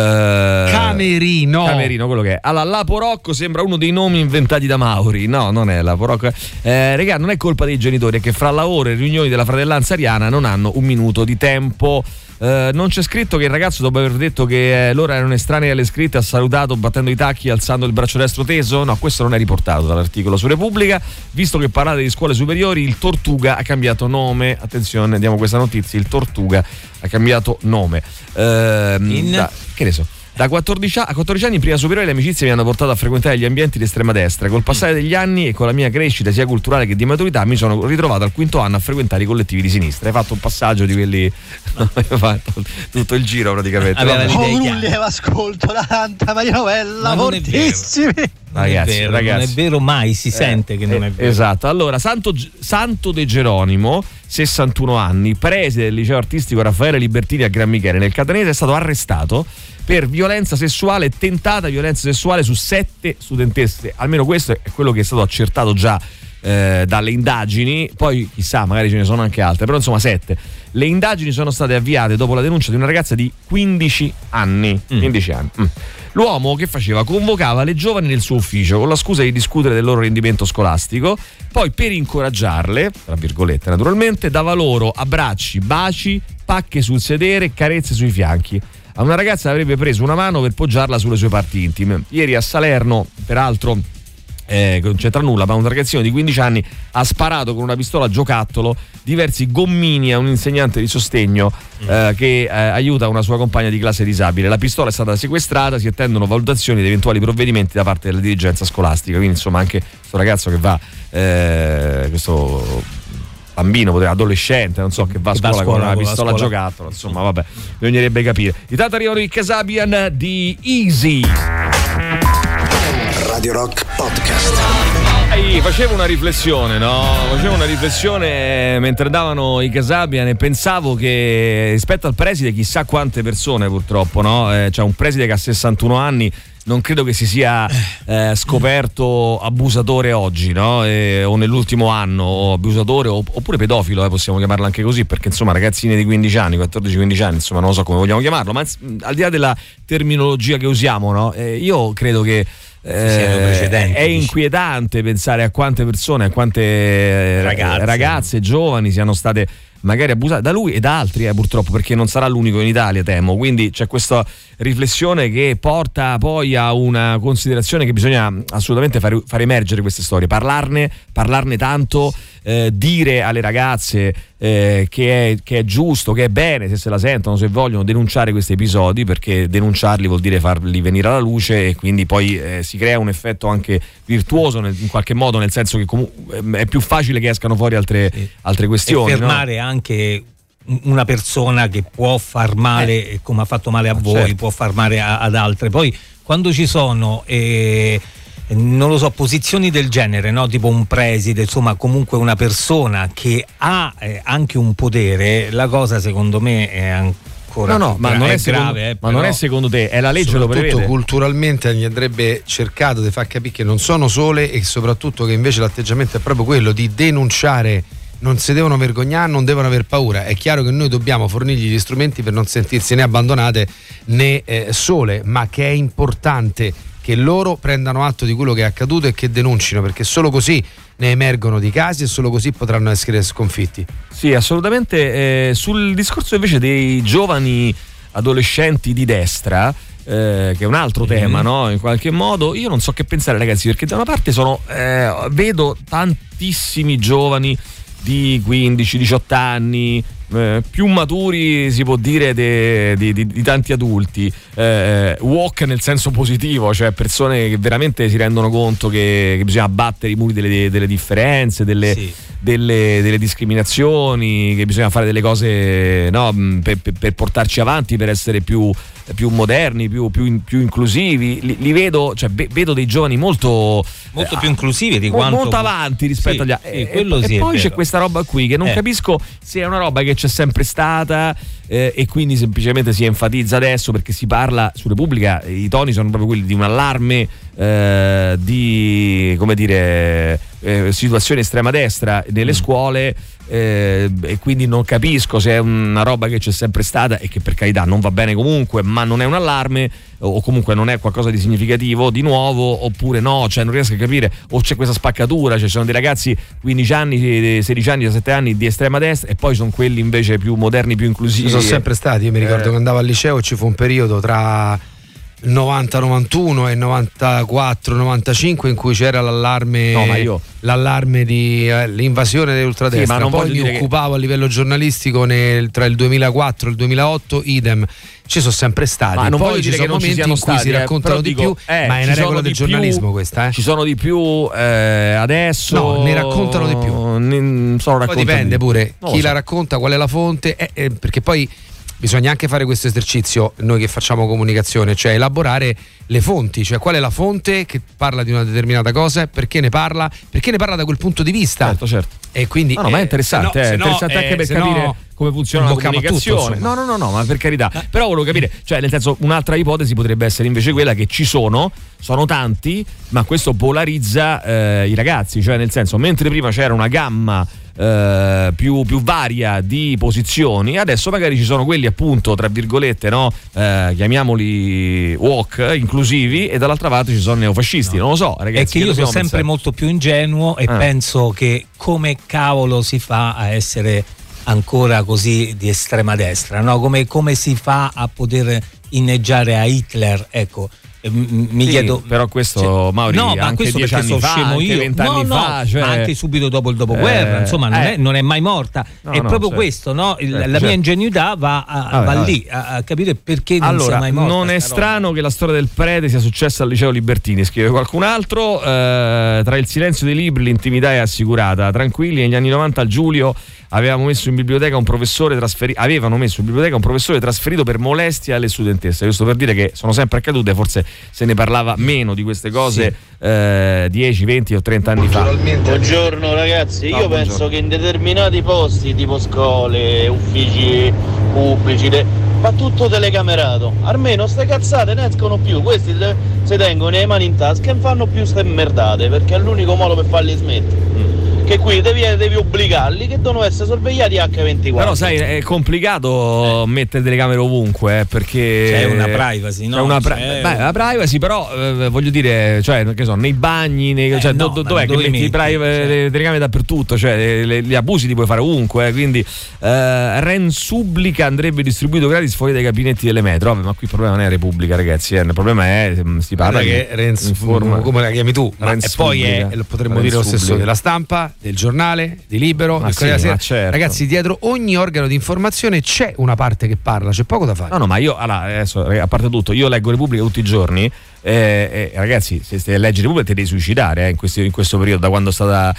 Speaker 10: Camerino,
Speaker 3: quello che è. Allora, Lapo Rocco sembra uno dei nomi inventati da Mauri. No, non è Lapo Rocco. Regà, non è colpa dei genitori, è che fra lavoro e riunioni della fratellanza ariana non hanno un minuto di tempo. Non c'è scritto che il ragazzo, dopo aver detto che loro erano estranei alle scritte, ha salutato battendo i tacchi e alzando il braccio destro teso? No, questo non è riportato dall'articolo su Repubblica. Visto che parlate di scuole superiori, il Tortuga ha cambiato nome. Attenzione, diamo questa notizia: il Tortuga ha cambiato nome. Che ne so. A 14 anni in prima superiore le amicizie mi hanno portato a frequentare gli ambienti di estrema destra. Col passare degli anni e con la mia crescita sia culturale che di maturità mi sono ritrovato al quinto anno a frequentare i collettivi di sinistra. Hai fatto un passaggio di quelli hai fatto tutto il giro praticamente.
Speaker 26: Ascolto la Santa Maria Novella, fortissimi.
Speaker 3: Ragazzi,
Speaker 4: non è vero, mai si sente che non è vero.
Speaker 3: Esatto. Allora, Santo De Geronimo, 61 anni, preside del liceo artistico Raffaele Libertini a Gran Michele nel Catanese, è stato arrestato per violenza sessuale, tentata violenza sessuale su 7 studentesse. Almeno questo è quello che è stato accertato già dalle indagini. Poi chissà, magari ce ne sono anche altre, però insomma 7. Le indagini sono state avviate dopo la denuncia di una ragazza di 15 anni. 15 anni. L'uomo che faceva? Convocava le giovani nel suo ufficio con la scusa di discutere del loro rendimento scolastico, poi per incoraggiarle, tra virgolette naturalmente, dava loro abbracci, baci, pacche sul sedere, carezze sui fianchi. A una ragazza avrebbe preso una mano per poggiarla sulle sue parti intime. Ieri a Salerno, peraltro non c'entra nulla, ma un ragazzino di 15 anni ha sparato con una pistola a giocattolo diversi gommini a un insegnante di sostegno che aiuta una sua compagna di classe disabile. La pistola è stata sequestrata, si attendono valutazioni ed eventuali provvedimenti da parte della dirigenza scolastica. Quindi insomma anche questo ragazzo che va, questo bambino, adolescente, non so, che va a scuola con una pistola a giocattolo, insomma vabbè, bisognerebbe capire. Intanto arrivano i Kasabian di Easy.
Speaker 2: Radio Rock Podcast.
Speaker 3: Facevo una riflessione, mentre andavano i Kasabian e pensavo che rispetto al preside, chissà quante persone purtroppo, no? C'è un preside che ha 61 anni, non credo che si sia scoperto abusatore oggi, no? O nell'ultimo anno, o abusatore oppure pedofilo, possiamo chiamarlo anche così, perché insomma ragazzine di 15 anni, 14-15 anni, insomma non lo so come vogliamo chiamarlo, ma al di là della terminologia che usiamo, no? Io credo che è inquietante pensare a quante persone, a quante ragazze giovani siano state magari abusate da lui e da altri, purtroppo, perché non sarà l'unico in Italia, temo. Quindi c'è questa riflessione che porta poi a una considerazione che bisogna assolutamente fare emergere queste storie, parlarne tanto, dire alle ragazze che è giusto, che è bene, se se la sentono, se vogliono, denunciare questi episodi, perché denunciarli vuol dire farli venire alla luce e quindi poi si crea un effetto anche virtuoso in qualche modo, nel senso che è più facile che escano fuori altre questioni,
Speaker 4: e fermare, no? Anche una persona che può far male, come ha fatto male a voi, certo, può far male ad altre. Poi quando ci sono non lo so, posizioni del genere, no? Tipo un preside, insomma comunque una persona che ha anche un potere, la cosa secondo me è ancora
Speaker 3: ma non è grave, ma non è secondo te, è la legge lo prevede.
Speaker 10: Culturalmente gli andrebbe cercato di far capire che non sono sole, e soprattutto che invece l'atteggiamento è proprio quello di denunciare. Non si devono vergognare, non devono aver paura. È chiaro che noi dobbiamo fornirgli gli strumenti per non sentirsi né abbandonate né sole, ma che è importante che loro prendano atto di quello che è accaduto e che denuncino, perché solo così ne emergono di casi e solo così potranno essere sconfitti.
Speaker 3: Sì, assolutamente. Sul discorso invece dei giovani adolescenti di destra, che è un altro tema, no? In qualche modo io non so che pensare, ragazzi, perché da una parte vedo tantissimi giovani di 15-18 anni, più maturi si può dire di tanti adulti, woke nel senso positivo, cioè persone che veramente si rendono conto che bisogna abbattere i muri delle differenze, delle discriminazioni, che bisogna fare delle cose, no, per portarci avanti, per essere più moderni, più inclusivi. Li vedo, cioè vedo dei giovani molto
Speaker 4: più inclusivi di quanto,
Speaker 3: molto avanti rispetto agli altri. E poi c'è questa roba qui che non capisco se è una roba che c'è sempre stata e quindi semplicemente si enfatizza adesso perché si parla su Repubblica. I toni sono proprio quelli di un allarme, di, come dire, situazioni estrema destra nelle scuole, e quindi non capisco se è una roba che c'è sempre stata e che per carità non va bene comunque, ma non è un allarme, o comunque non è qualcosa di significativo di nuovo, oppure no, cioè non riesco a capire, o c'è questa spaccatura, cioè ci sono dei ragazzi 15 anni, 16 anni, 17 anni di estrema destra e poi sono quelli invece più moderni, più inclusivi.
Speaker 10: Ci sono sempre stati, io mi ricordo che andavo al liceo, ci fu un periodo tra 90-91 e 94-95 in cui c'era l'allarme di l'invasione dell'ultradestra, sì, poi mi occupavo a livello giornalistico tra il 2004 e il 2008, idem. Ci sono sempre stati,
Speaker 3: ma non
Speaker 10: poi
Speaker 3: ci
Speaker 10: sono momenti in cui si raccontano di più, ma è una regola del giornalismo questa.
Speaker 3: Ci sono di più adesso.
Speaker 10: No, ne raccontano di più. Poi dipende pure chi la racconta, qual è la fonte, perché poi bisogna anche fare questo esercizio, noi che facciamo comunicazione, cioè elaborare le fonti, cioè qual è la fonte che parla di una determinata cosa, perché ne parla da quel punto di vista.
Speaker 3: Certo.
Speaker 10: E quindi
Speaker 3: ma è interessante, è interessante anche per capire come funziona la comunicazione.
Speaker 10: Tutto,
Speaker 3: no, ma per carità. Però volevo capire, cioè nel senso, un'altra ipotesi potrebbe essere invece quella che sono tanti, ma questo polarizza i ragazzi, cioè nel senso, mentre prima c'era una gamma più varia di posizioni, adesso magari ci sono quelli appunto tra virgolette, no, chiamiamoli woke, inclusivi, e dall'altra parte ci sono neofascisti, non lo so, ragazzi.
Speaker 4: È che io sono sempre molto più ingenuo e penso che come cavolo si fa a essere ancora così di estrema destra, no? Come si fa a poter inneggiare a Hitler, ecco. Mi chiedo,
Speaker 3: però questo Mauri,
Speaker 4: no, ma
Speaker 3: anche
Speaker 4: questo
Speaker 3: 10
Speaker 4: perché
Speaker 3: anni fa,
Speaker 4: scemo
Speaker 3: anche
Speaker 4: io,
Speaker 3: 20 anni fa, cioè,
Speaker 4: ma anche subito dopo il dopoguerra, insomma non è mai morta, è proprio questo, no? La mia ingenuità va lì a capire perché non sia mai morta.
Speaker 3: Non è strano che la storia del prete sia successa al liceo Libertini, scrive qualcun altro. Tra il silenzio dei libri l'intimità è assicurata, tranquilli. Negli anni 90 al Giulio avevano messo in biblioteca un professore trasferito per molestia alle studentesse, questo per dire che sono sempre accadute, forse se ne parlava meno di queste cose 10, 20 o 30 anni fa.
Speaker 12: Buongiorno ragazzi, io penso che in determinati posti tipo scuole, uffici pubblici va tutto telecamerato, almeno ste cazzate ne escono più, questi si tengono le mani in tasca e non fanno più ste merdate, perché è l'unico modo per farli smettere. Che qui devi obbligarli che devono essere sorvegliati H24.
Speaker 3: Però sai, è complicato mettere telecamere ovunque, perché
Speaker 4: c'è una privacy, no?
Speaker 3: La privacy, però voglio dire, cioè, che so, nei bagni, dov'è che metti le telecamere dappertutto? Cioè, gli abusi li puoi fare ovunque, quindi Ren Publica andrebbe distribuito gratis fuori dai gabinetti delle metro. Ma qui il problema non è Repubblica, ragazzi, il problema è si parla
Speaker 10: che Renz, come la chiami tu, e poi lo potremmo dire lo stesso della Stampa, del Giornale, di Libero, del Corriere della Sera.
Speaker 3: Certo.
Speaker 10: Ragazzi, dietro ogni organo di informazione c'è una parte che parla, c'è poco da fare.
Speaker 3: No, ma io adesso, a parte tutto, io leggo Repubblica tutti i giorni. Ragazzi, se stai a leggere Repubblica ti devi suicidare in questo periodo, da quando è stata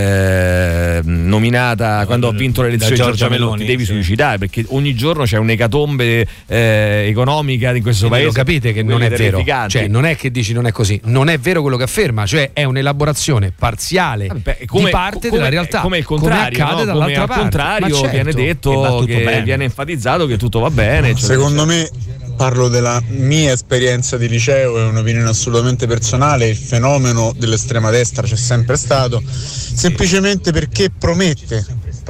Speaker 3: nominata, quando ha vinto le elezioni Giorgia Meloni, ti devi suicidare, perché ogni giorno c'è un'ecatombe economica in questo paese.
Speaker 10: Lo capite che non è vero, cioè non è che dici non è così, non è vero quello che afferma, cioè è un'elaborazione parziale di parte della realtà,
Speaker 3: come il contrario,
Speaker 10: come accade dall'altra parte.
Speaker 3: Al contrario, viene detto che viene enfatizzato che tutto va bene.
Speaker 18: Secondo me, parlo della mia esperienza di liceo, è un'opinione assolutamente personale, il fenomeno dell'estrema destra c'è sempre stato, semplicemente perché promette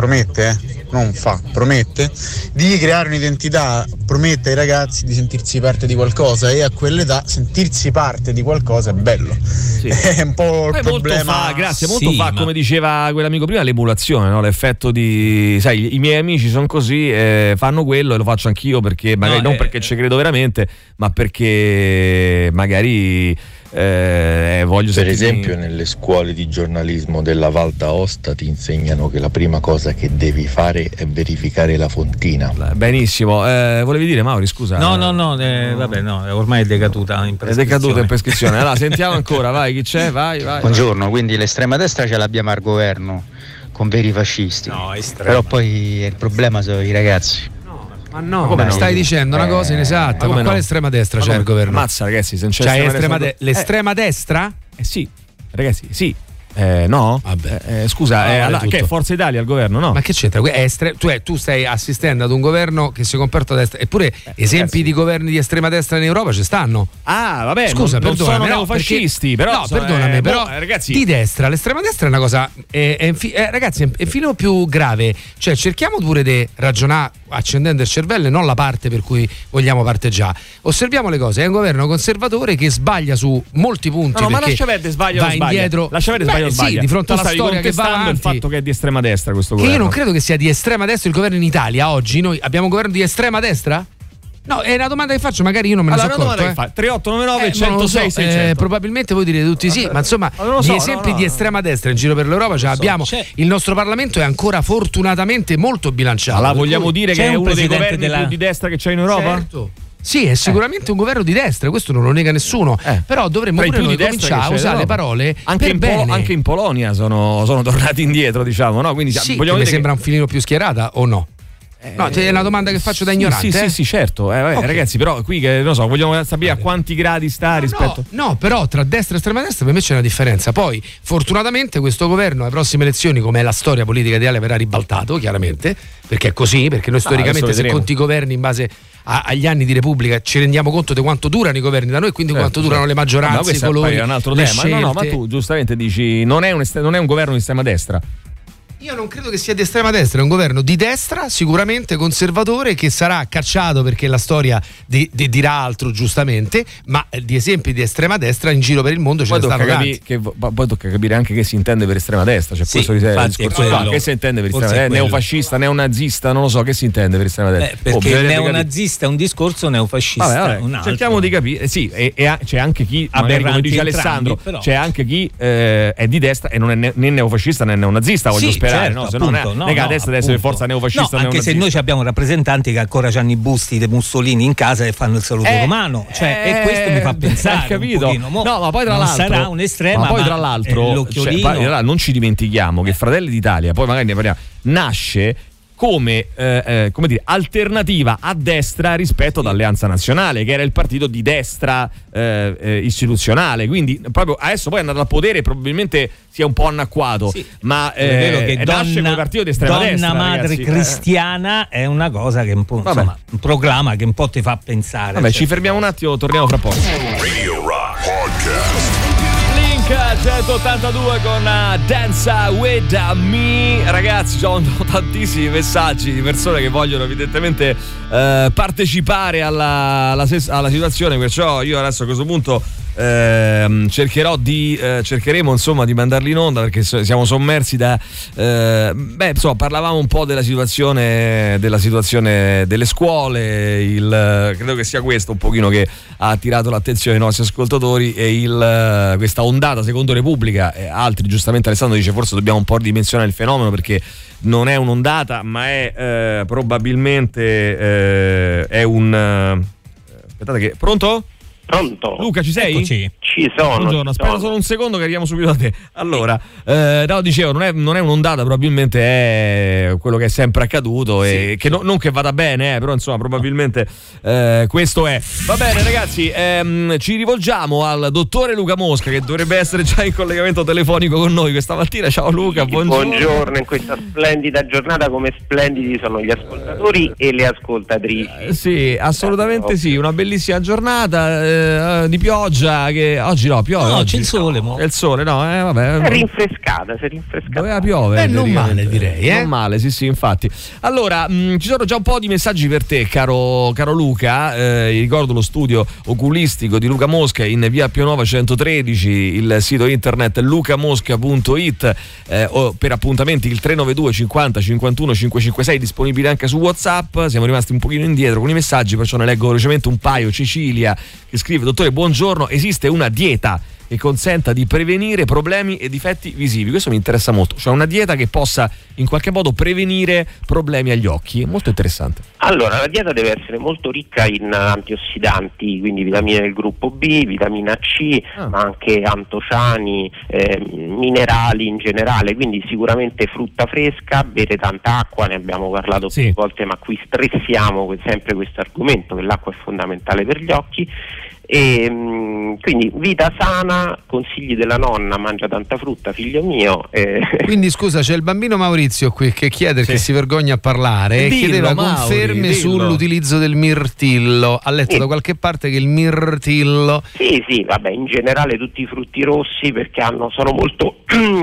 Speaker 18: di creare un'identità, promette ai ragazzi di sentirsi parte di qualcosa, e a quell'età sentirsi parte di qualcosa è bello. Sì. È un po' il problema.
Speaker 3: Molto fa, come diceva quell'amico prima, l'emulazione, no? L'effetto di, sai, i miei amici sono così, fanno quello e lo faccio anch'io, perché magari non perché ci credo veramente, ma perché magari voglio
Speaker 19: per esempio nelle scuole di giornalismo della Val d'Aosta ti insegnano che la prima cosa che devi fare è verificare la fontina.
Speaker 3: Benissimo, volevi dire, Mauri, scusa?
Speaker 4: No, vabbè, ormai è decaduta in prescrizione.
Speaker 3: Allora sentiamo ancora, vai, chi c'è? Vai.
Speaker 20: Buongiorno, quindi l'estrema destra ce l'abbiamo al governo con veri fascisti, però poi il problema sono i ragazzi.
Speaker 10: Ma no, stai dicendo una cosa inesatta. Ma quale estrema destra c'è il governo?
Speaker 3: Mazza, ragazzi, se non c'è
Speaker 10: l'estrema destra?
Speaker 3: Sì, ragazzi, sì. No? Vabbè. Scusa, che è Forza Italia al governo, no?
Speaker 10: Ma che c'entra? Tu stai assistendo ad un governo che si comporta a destra, eppure esempi di governi di estrema destra in Europa ci stanno.
Speaker 3: Vabbè, scusa, non sono neofascisti, però
Speaker 10: perdonami, però ragazzi, di destra, l'estrema destra è una cosa ragazzi, è un filo più grave, cioè cerchiamo pure di ragionare accendendo il cervello e non la parte per cui vogliamo parteggiare. Osserviamo le cose, è un governo conservatore che sbaglia su molti punti,
Speaker 3: ma lascia perdere sbaglia
Speaker 10: indietro.
Speaker 3: Lascia perdere
Speaker 10: sì, di fronte alla storia che va avanti,
Speaker 3: il fatto che è di estrema destra questo governo.
Speaker 10: Che io non credo che sia di estrema destra il governo in Italia oggi. Noi abbiamo un governo di estrema destra? No, è una domanda che faccio, magari io non me ne sono accorto.
Speaker 3: 3899 106 600.
Speaker 10: Probabilmente voi direte tutti sì, ma insomma, gli esempi di estrema destra in giro per l'Europa ce l'abbiamo. Il nostro Parlamento è ancora fortunatamente molto bilanciato.
Speaker 3: Allora vogliamo dire che è uno dei governi più di destra che c'è in Europa?
Speaker 10: Certo. Sì, è sicuramente un governo di destra, questo non lo nega nessuno, però dovremmo pure noi cominciare a usare le parole
Speaker 3: anche anche in Polonia sono tornati indietro, diciamo, no? Quindi
Speaker 10: sì, mi sembra un filino più schierata o no? No, è una domanda che faccio da ignorante.
Speaker 3: Sì, certo. Ragazzi, però qui che non so, vogliamo sapere a quanti gradi sta rispetto.
Speaker 10: No, però tra destra e estrema destra per me c'è una differenza. Poi, fortunatamente, questo governo alle prossime elezioni, come è la storia politica italiana, verrà ribaltato, chiaramente, perché è così, perché noi storicamente se conti i governi in base agli anni di Repubblica ci rendiamo conto di quanto durano i governi da noi, quindi quanto durano le maggioranze, i colori,
Speaker 3: è un altro
Speaker 10: le
Speaker 3: tema.
Speaker 10: scelte.
Speaker 3: No, ma tu giustamente dici non è un governo di estrema destra.
Speaker 10: Io non credo che sia di estrema destra, è un governo di destra, sicuramente conservatore, che sarà cacciato perché la storia dirà altro, giustamente, ma di esempi di estrema destra in giro per il mondo ce ne stanno tanti.
Speaker 3: Poi tocca capire anche che si intende per estrema destra, cioè questo discorso qua, che si intende per estrema destra? Neofascista, neonazista, non lo so, che si intende per estrema destra?
Speaker 4: Perché il neonazista è un discorso, neofascista è un altro.
Speaker 3: Cerchiamo di capire, sì, e c'è anche chi, magari come dice Alessandro, c'è anche chi è di destra e non è né neofascista né neonazista, voglio sperare.
Speaker 4: Certo,
Speaker 3: se non è che adesso deve essere forza neofascista,
Speaker 4: anche se noi abbiamo rappresentanti che ancora hanno i busti di Mussolini in casa e fanno il saluto romano, cioè, e questo mi fa pensare,
Speaker 3: capito?
Speaker 4: Ma poi tra l'altro sarà un'estrema,
Speaker 3: ma poi tra l'altro non ci dimentichiamo che Fratelli d'Italia, poi magari ne parliamo, nasce come alternativa a destra rispetto ad Alleanza Nazionale, che era il partito di destra istituzionale, quindi proprio adesso poi è andato al potere e probabilmente si è un po' annacquato, ma è vero che nasce come partito di estrema destra,
Speaker 4: madre
Speaker 3: ragazzi.
Speaker 4: Cristiana è una cosa che un po', insomma, un proclama che un po' ti fa pensare.
Speaker 3: Vabbè, ci fermiamo un attimo, torniamo fra poco.
Speaker 2: Radio Rock Podcast.
Speaker 3: 182 con Dance With Me. Ragazzi, ci sono tantissimi messaggi di persone che vogliono evidentemente partecipare alla situazione, perciò io adesso a questo punto cercheremo insomma di mandarli in onda, perché siamo sommersi da parlavamo un po' della situazione delle scuole, credo che sia questo un pochino che ha attirato l'attenzione dei nostri ascoltatori, e questa ondata secondo Repubblica, altri giustamente Alessandro dice forse dobbiamo un po' ridimensionare il fenomeno, perché non è un'ondata ma è probabilmente è un aspettate che pronto? Luca, ci sei?
Speaker 1: Eccoci. Ci sono.
Speaker 3: Buongiorno, aspetta solo un secondo che arriviamo subito da te. Allora, dicevo, non è un'ondata, probabilmente è quello che è sempre accaduto, e che non che vada bene, però insomma probabilmente questo è. Va bene ragazzi, ci rivolgiamo al dottore Luca Mosca, che dovrebbe essere già in collegamento telefonico con noi questa mattina. Ciao Luca, buongiorno.
Speaker 1: Buongiorno, in questa splendida giornata, come splendidi sono gli ascoltatori e le ascoltatrici.
Speaker 3: Sì, assolutamente sì, una bellissima giornata di pioggia, che oggi no, piove.
Speaker 4: No, c'è il sole,
Speaker 3: È il sole, no, vabbè.
Speaker 1: Si è rinfrescata.
Speaker 3: Doveva piovere.
Speaker 10: Non male, direi,
Speaker 3: Non male, sì, infatti. Allora, ci sono già un po' di messaggi per te, caro Luca. Ricordo lo studio oculistico di Luca Mosca in via Pio Nova 113, il sito internet lucamosca.it, o per appuntamenti il 392 50 51 556, disponibile anche su WhatsApp. Siamo rimasti un pochino indietro con i messaggi, perciò ne leggo velocemente un paio. Cecilia che scrive: dottore, buongiorno, esiste una dieta che consenta di prevenire problemi e difetti visivi? Questo mi interessa molto, cioè una dieta che possa in qualche modo prevenire problemi agli occhi, è molto interessante.
Speaker 1: Allora, la dieta deve essere molto ricca in antiossidanti, quindi vitamine del gruppo B, vitamina C, ma anche antociani, minerali in generale, quindi sicuramente frutta fresca, bere tanta acqua, ne abbiamo parlato più volte, ma qui stressiamo sempre questo argomento, che l'acqua è fondamentale per gli occhi. E quindi vita sana, consigli della nonna, mangia tanta frutta figlio mio.
Speaker 10: Quindi scusa, c'è il bambino Maurizio qui che chiede, che si vergogna a parlare, chiedeva conferme sull'utilizzo del mirtillo. Ha letto da qualche parte che il mirtillo...
Speaker 1: Sì, vabbè, in generale tutti i frutti rossi, perché sono molto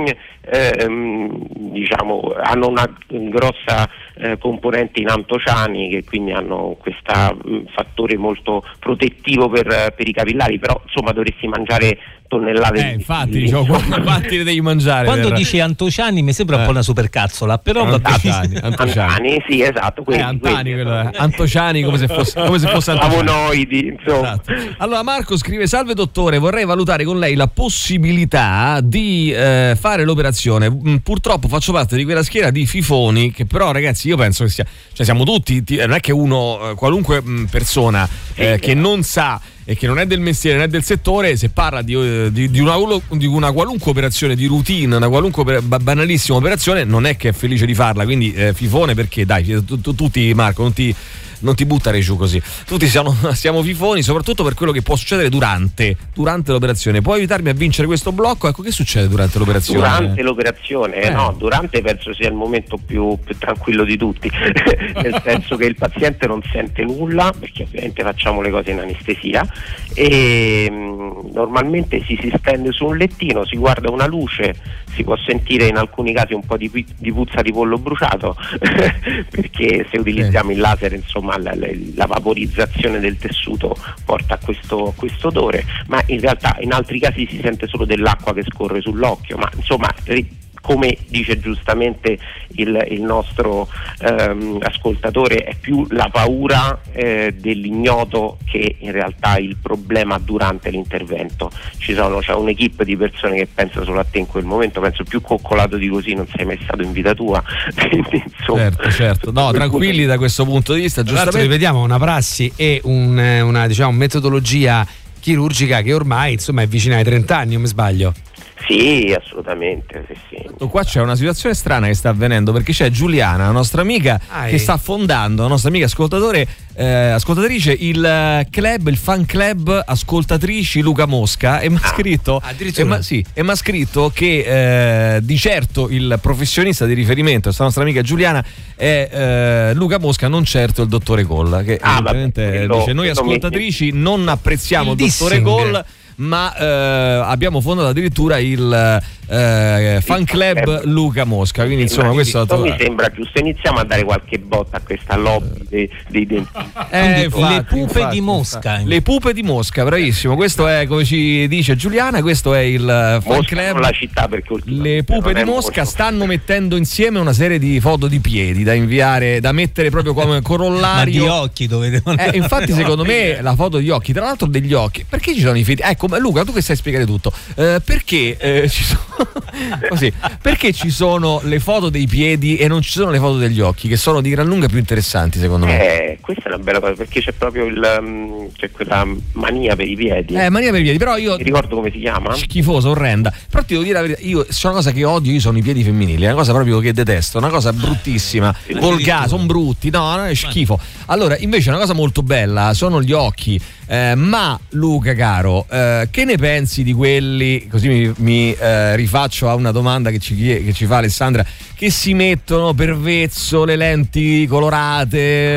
Speaker 1: diciamo, hanno una grossa componente in antociani, che quindi hanno questo fattore molto protettivo per i capillari, però insomma dovresti mangiare tonnellate
Speaker 3: infatti quanti ne devi mangiare?
Speaker 4: Quando dici antociani mi sembra un po' una supercazzola, però
Speaker 1: Antani, sì, esatto,
Speaker 3: antociani come se fosse
Speaker 1: flavonoidi, insomma.
Speaker 3: Esatto. Allora Marco scrive: salve dottore, vorrei valutare con lei la possibilità di fare l'operazione. Purtroppo faccio parte di quella schiera di fifoni che però, ragazzi, io penso che siamo tutti, non è che uno, qualunque persona che non sa e che non è del mestiere, non è del settore, se parla di una qualunque operazione di routine, una qualunque banalissima operazione, non è che è felice di farla. Quindi fifone, perché dai, tutti, Marco, non ti buttare giù così. Tutti siamo fifoni, soprattutto per quello che può succedere durante l'operazione. Puoi aiutarmi a vincere questo blocco? Ecco, che succede durante l'operazione?
Speaker 1: Durante l'operazione? No, durante penso sia il momento più tranquillo di tutti, nel senso che il paziente non sente nulla, perché ovviamente facciamo le cose in anestesia, e normalmente si stende su un lettino, si guarda una luce, si può sentire in alcuni casi un po' di puzza di pollo bruciato perché se utilizziamo il laser, insomma, la vaporizzazione del tessuto porta a questo odore, ma in realtà in altri casi si sente solo dell'acqua che scorre sull'occhio, ma insomma, come dice giustamente il nostro ascoltatore, è più la paura dell'ignoto che in realtà il problema durante l'intervento. C'è un'equipe di persone che pensa solo a te in quel momento, penso più coccolato di così non sei mai stato in vita tua. Quindi, insomma,
Speaker 3: certo. No, tranquilli da questo punto di vista.
Speaker 10: Giustamente rivediamo una prassi e una metodologia chirurgica che ormai, insomma, è vicina ai 30 anni, o mi sbaglio?
Speaker 1: Sì, assolutamente. Sì.
Speaker 3: Qua c'è una situazione strana che sta avvenendo, perché c'è Giuliana, la nostra amica, che sta fondando, la nostra amica ascoltatrice, il fan club ascoltatrici Luca Mosca, e mi ha scritto che di certo il professionista di riferimento, questa nostra amica Giuliana, è Luca Mosca, non certo il dottore Colla, che evidentemente dice: noi ascoltatrici non apprezziamo il dottore Colla, ma abbiamo fondato addirittura il fan club Luca Mosca, quindi insomma questo
Speaker 1: mi sembra giusto. Iniziamo a dare qualche botta a questa lobby dei dentisti.
Speaker 4: Le pupe di Mosca.
Speaker 3: Le pupe di Mosca, bravissimo. Questo è, come ci dice Giuliana, questo è il fan club.
Speaker 1: La città, perché
Speaker 3: le pupe di Mosca stanno mettendo insieme una serie di foto di piedi da inviare, da mettere proprio come corollario.
Speaker 4: Ma di occhi dove devono
Speaker 3: infatti secono me la foto di occhi, tra l'altro degli occhi, perché ci sono i feti? Ecco, Luca, tu che sai spiegare tutto, perché ci sono così, perché ci sono le foto dei piedi e non ci sono le foto degli occhi, che sono di gran lunga più interessanti secondo me?
Speaker 1: Questa è una bella cosa, perché c'è proprio c'è quella mania per i piedi.
Speaker 3: Mania per i piedi, però io
Speaker 1: ti ricordo come si chiama?
Speaker 3: Schifosa, orrenda. Però ti devo dire la verità, io c'è una cosa che odio, io sono i piedi femminili, è una cosa proprio che detesto, una cosa bruttissima, volgare, sono brutti, no, è schifo. Allora, invece una cosa molto bella sono gli occhi. Ma Luca caro, che ne pensi di quelli, così mi rifaccio a una domanda che ci fa Alessandra, che si mettono per vezzo le lenti colorate?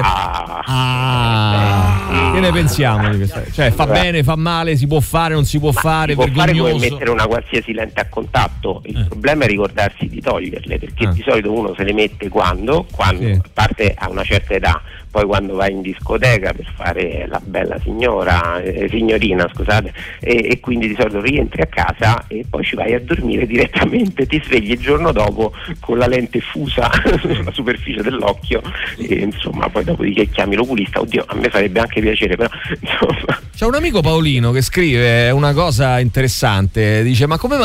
Speaker 3: Che ne pensiamo di questo? Cioè, fa bene, fa male, si può fare, non si può fare, vergognoso?
Speaker 1: Puoi mettere una qualsiasi lente a contatto, il problema è ricordarsi di toglierle, perché di solito uno se le mette quando a parte a una certa età, poi quando vai in discoteca per fare la bella signorina, scusate, e quindi di solito rientri a casa e poi ci vai a dormire direttamente, ti svegli il giorno dopo con la lente fusa sulla superficie dell'occhio, e insomma poi dopodiché chiami l'oculista. Oddio, a me farebbe anche piacere, però insomma.
Speaker 3: C'è un amico Paolino che scrive una cosa interessante, dice: ma come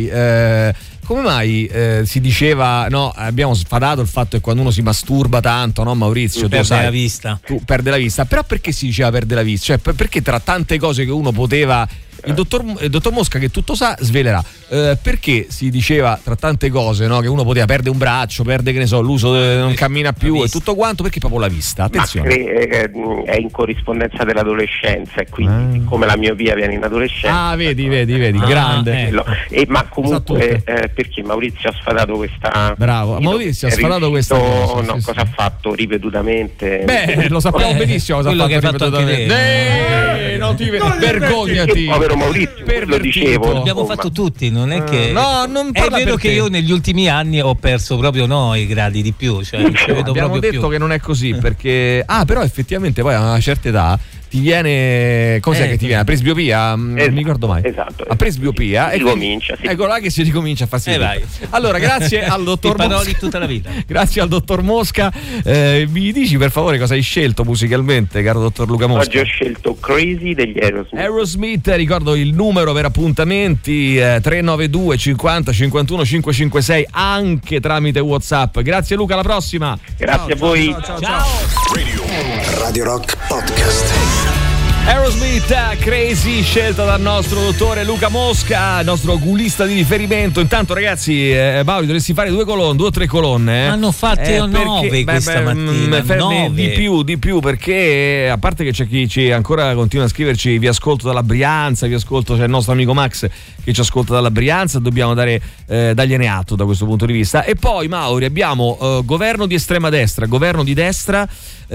Speaker 3: mai si diceva, no, abbiamo sfadato il fatto che quando uno si masturba tanto, no Maurizio,
Speaker 4: perde la vista.
Speaker 3: Tu perde la vista, però perché si diceva perde la vista? Cioè perché tra tante cose che uno poteva, il dottor Mosca, che tutto sa, svelerà. perché si diceva tra tante cose, no, che uno poteva perdere un braccio, perde, che ne so, l'uso non cammina più e tutto quanto, perché proprio la vista, attenzione.
Speaker 1: È in corrispondenza dell'adolescenza, e quindi siccome la miopia viene in adolescenza.
Speaker 3: Vedi, grande.
Speaker 1: Ma comunque perché Maurizio ha sfatato questa.
Speaker 3: Bravo, Maurizio ha sfatato questa cosa.
Speaker 1: No, cosa ha fatto ripetutamente?
Speaker 3: Beh, lo sappiamo benissimo cosa ha fatto ripetutamente. Non ti vergognati.
Speaker 1: Povero Maurizio, lo dicevo.
Speaker 4: L'abbiamo fatto tutti, non è che.
Speaker 3: No, non
Speaker 4: è vero che io negli ultimi anni ho perso proprio i gradi di più. Cioè,
Speaker 3: abbiamo detto che non è così, perché. Però effettivamente poi a una certa età ti viene, cos'è che ti viene? A presbiopia? Non mi ricordo mai.
Speaker 1: Esatto.
Speaker 3: A presbiopia.
Speaker 1: Si ricomincia.
Speaker 3: Ecco là che si ricomincia a farsi. Allora, grazie al dottor Mosca.
Speaker 4: Tutta la vita.
Speaker 3: Grazie al dottor Mosca. Mi dici per favore cosa hai scelto musicalmente, caro dottor Luca Mosca?
Speaker 1: Oggi ho scelto Crazy degli
Speaker 3: Aerosmith. Ricordo il numero per appuntamenti 392 50 51 556 anche tramite WhatsApp. Grazie Luca, alla prossima.
Speaker 1: Grazie a voi.
Speaker 3: Ciao.
Speaker 2: Radio Rock Podcast.
Speaker 3: Aerosmith, Crazy, scelta dal nostro dottore Luca Mosca, il nostro oculista di riferimento. Intanto ragazzi, Paolo, dovresti fare 2 o 3 colonne.
Speaker 4: Hanno fatto 9 questa mattina. 9.
Speaker 3: Di più, perché a parte che c'è chi ci ancora continua a scriverci: vi ascolto dalla Brianza, c'è il nostro amico Max che ci ascolta dalla Brianza, dobbiamo dargliene atto da questo punto di vista. E poi Mauri, abbiamo governo di estrema destra, governo di destra,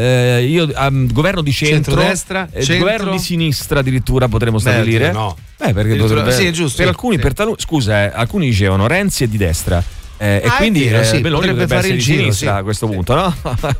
Speaker 3: governo di centro-destra, governo di sinistra addirittura potremmo stabilire. Perché potrebbe,
Speaker 10: sì, è giusto.
Speaker 3: Per alcuni, scusa, alcuni dicevano Renzi è di destra. E quindi potrebbe fare il giro sinistra a questo punto, no?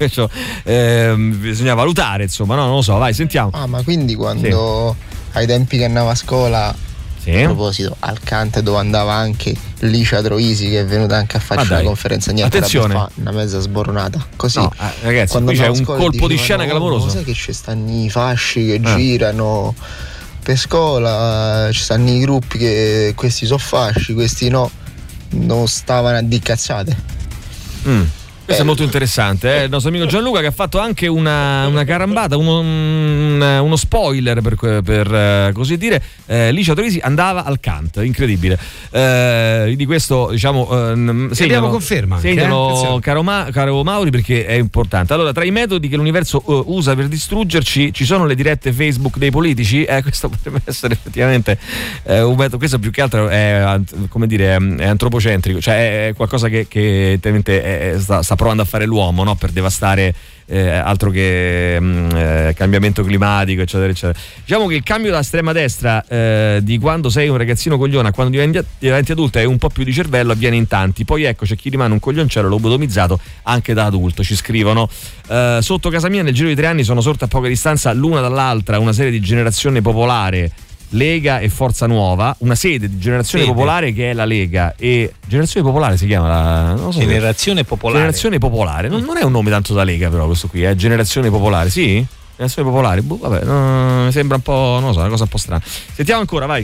Speaker 3: Bisogna valutare, insomma, no? Non lo so, vai, sentiamo.
Speaker 7: Ma quindi quando ai tempi che andavo a scola, a proposito, al Cante, dove andava anche Licia Troisi, che è venuta anche a farci una conferenza, niente, una mezza sborronata così.
Speaker 3: No, ragazzi, quando qui c'è un colpo di scena clamoroso.
Speaker 7: Sai che ci stanno i fasci che girano per scuola, ci stanno i gruppi che questi sono fasci, questi no, non stavano a di cazzate.
Speaker 3: Questo è molto interessante, il nostro amico Gianluca, che ha fatto anche una carambata, uno spoiler per così dire. Licia Troisi andava al Cant, incredibile. Di questo diciamo
Speaker 10: abbiamo conferma.
Speaker 3: Segnalo, caro Mauri, perché è importante. Allora, tra i metodi che l'universo usa per distruggerci ci sono le dirette Facebook dei politici. Questo potrebbe essere effettivamente un metodo. Questo più che altro è, come dire, è antropocentrico, cioè è qualcosa che ovviamente sta provando a fare l'uomo, no? Per devastare altro che cambiamento climatico, eccetera eccetera. Diciamo che il cambio da estrema destra di quando sei un ragazzino coglione a quando diventi adulto e un po' più di cervello avviene in tanti. Poi ecco, c'è chi rimane un coglioncello lobotomizzato anche da adulto. Ci scrivono: sotto casa mia nel giro di 3 anni sono sorte a poca distanza l'una dall'altra una serie di Generazione Popolare, Lega e Forza Nuova, una sede di Generazione Popolare che è la Lega, e Generazione Popolare si chiama non so,
Speaker 4: Generazione Popolare.
Speaker 3: Generazione Popolare, non è un nome tanto da Lega, però questo qui è Generazione Popolare, sì? Generazione Popolare, vabbè, mi sembra un po', non lo so, una cosa un po' strana. Sentiamo ancora, vai.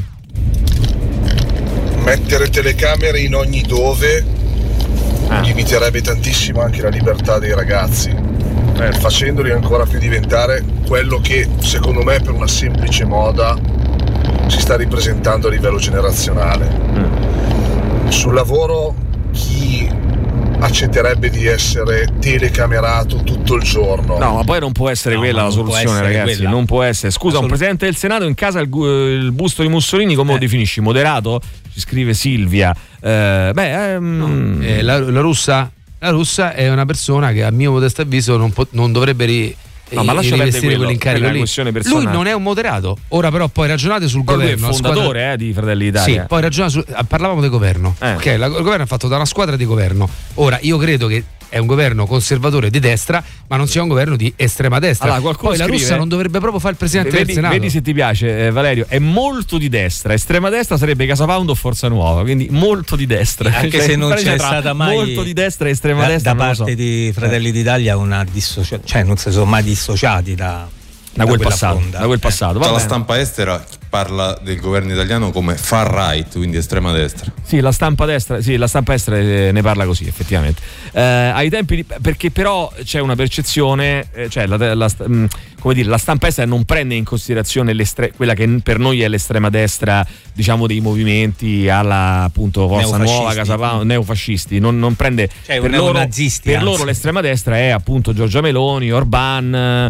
Speaker 15: Mettere telecamere in ogni dove limiterebbe tantissimo anche la libertà dei ragazzi, facendoli ancora più diventare quello che secondo me per una semplice moda si sta ripresentando a livello generazionale. Sul lavoro chi accetterebbe di essere telecamerato tutto il giorno?
Speaker 3: No, ma poi non può essere quella la soluzione, ragazzi, quella. Non può essere. Scusa, un presidente del Senato in casa il busto di Mussolini come lo definisci? Moderato? Ci scrive Silvia.
Speaker 10: La russa è una persona che a mio modesto avviso non dovrebbe
Speaker 3: ma lascia
Speaker 10: rivestire quell'incarico lì.
Speaker 3: Lui
Speaker 10: non è un moderato. Ora però poi ragionate sul governo.
Speaker 3: Lui è fondatore di Fratelli d'Italia.
Speaker 10: Sì, poi parlavamo del governo. Ok, il governo è fatto da una squadra di governo. Ora io credo che è un governo conservatore di destra, ma non sia un governo di estrema destra.
Speaker 3: Allora,
Speaker 10: poi la Russia non dovrebbe proprio fare il presidente del Senato.
Speaker 3: Vedi se ti piace, Valerio, è molto di destra. Estrema destra sarebbe Casa Pound o Forza Nuova, quindi molto di destra.
Speaker 4: Anche se non c'è stata mai
Speaker 3: molto di destra e estrema destra
Speaker 4: da parte di Fratelli d'Italia una dissociazione, cioè non si sono mai dissociati da
Speaker 3: quel passato.
Speaker 8: La stampa estera parla del governo italiano come far right, quindi estrema destra.
Speaker 3: Sì, la stampa estera ne parla così, effettivamente. Ai tempi perché però c'è una percezione, cioè come dire, la stampa estera non prende in considerazione quella che per noi è l'estrema destra, diciamo, dei movimenti alla appunto Forza Nuova, Casa Pound, neofascisti, non prende,
Speaker 4: cioè,
Speaker 3: per loro l'estrema destra è appunto Giorgia Meloni, Orbán,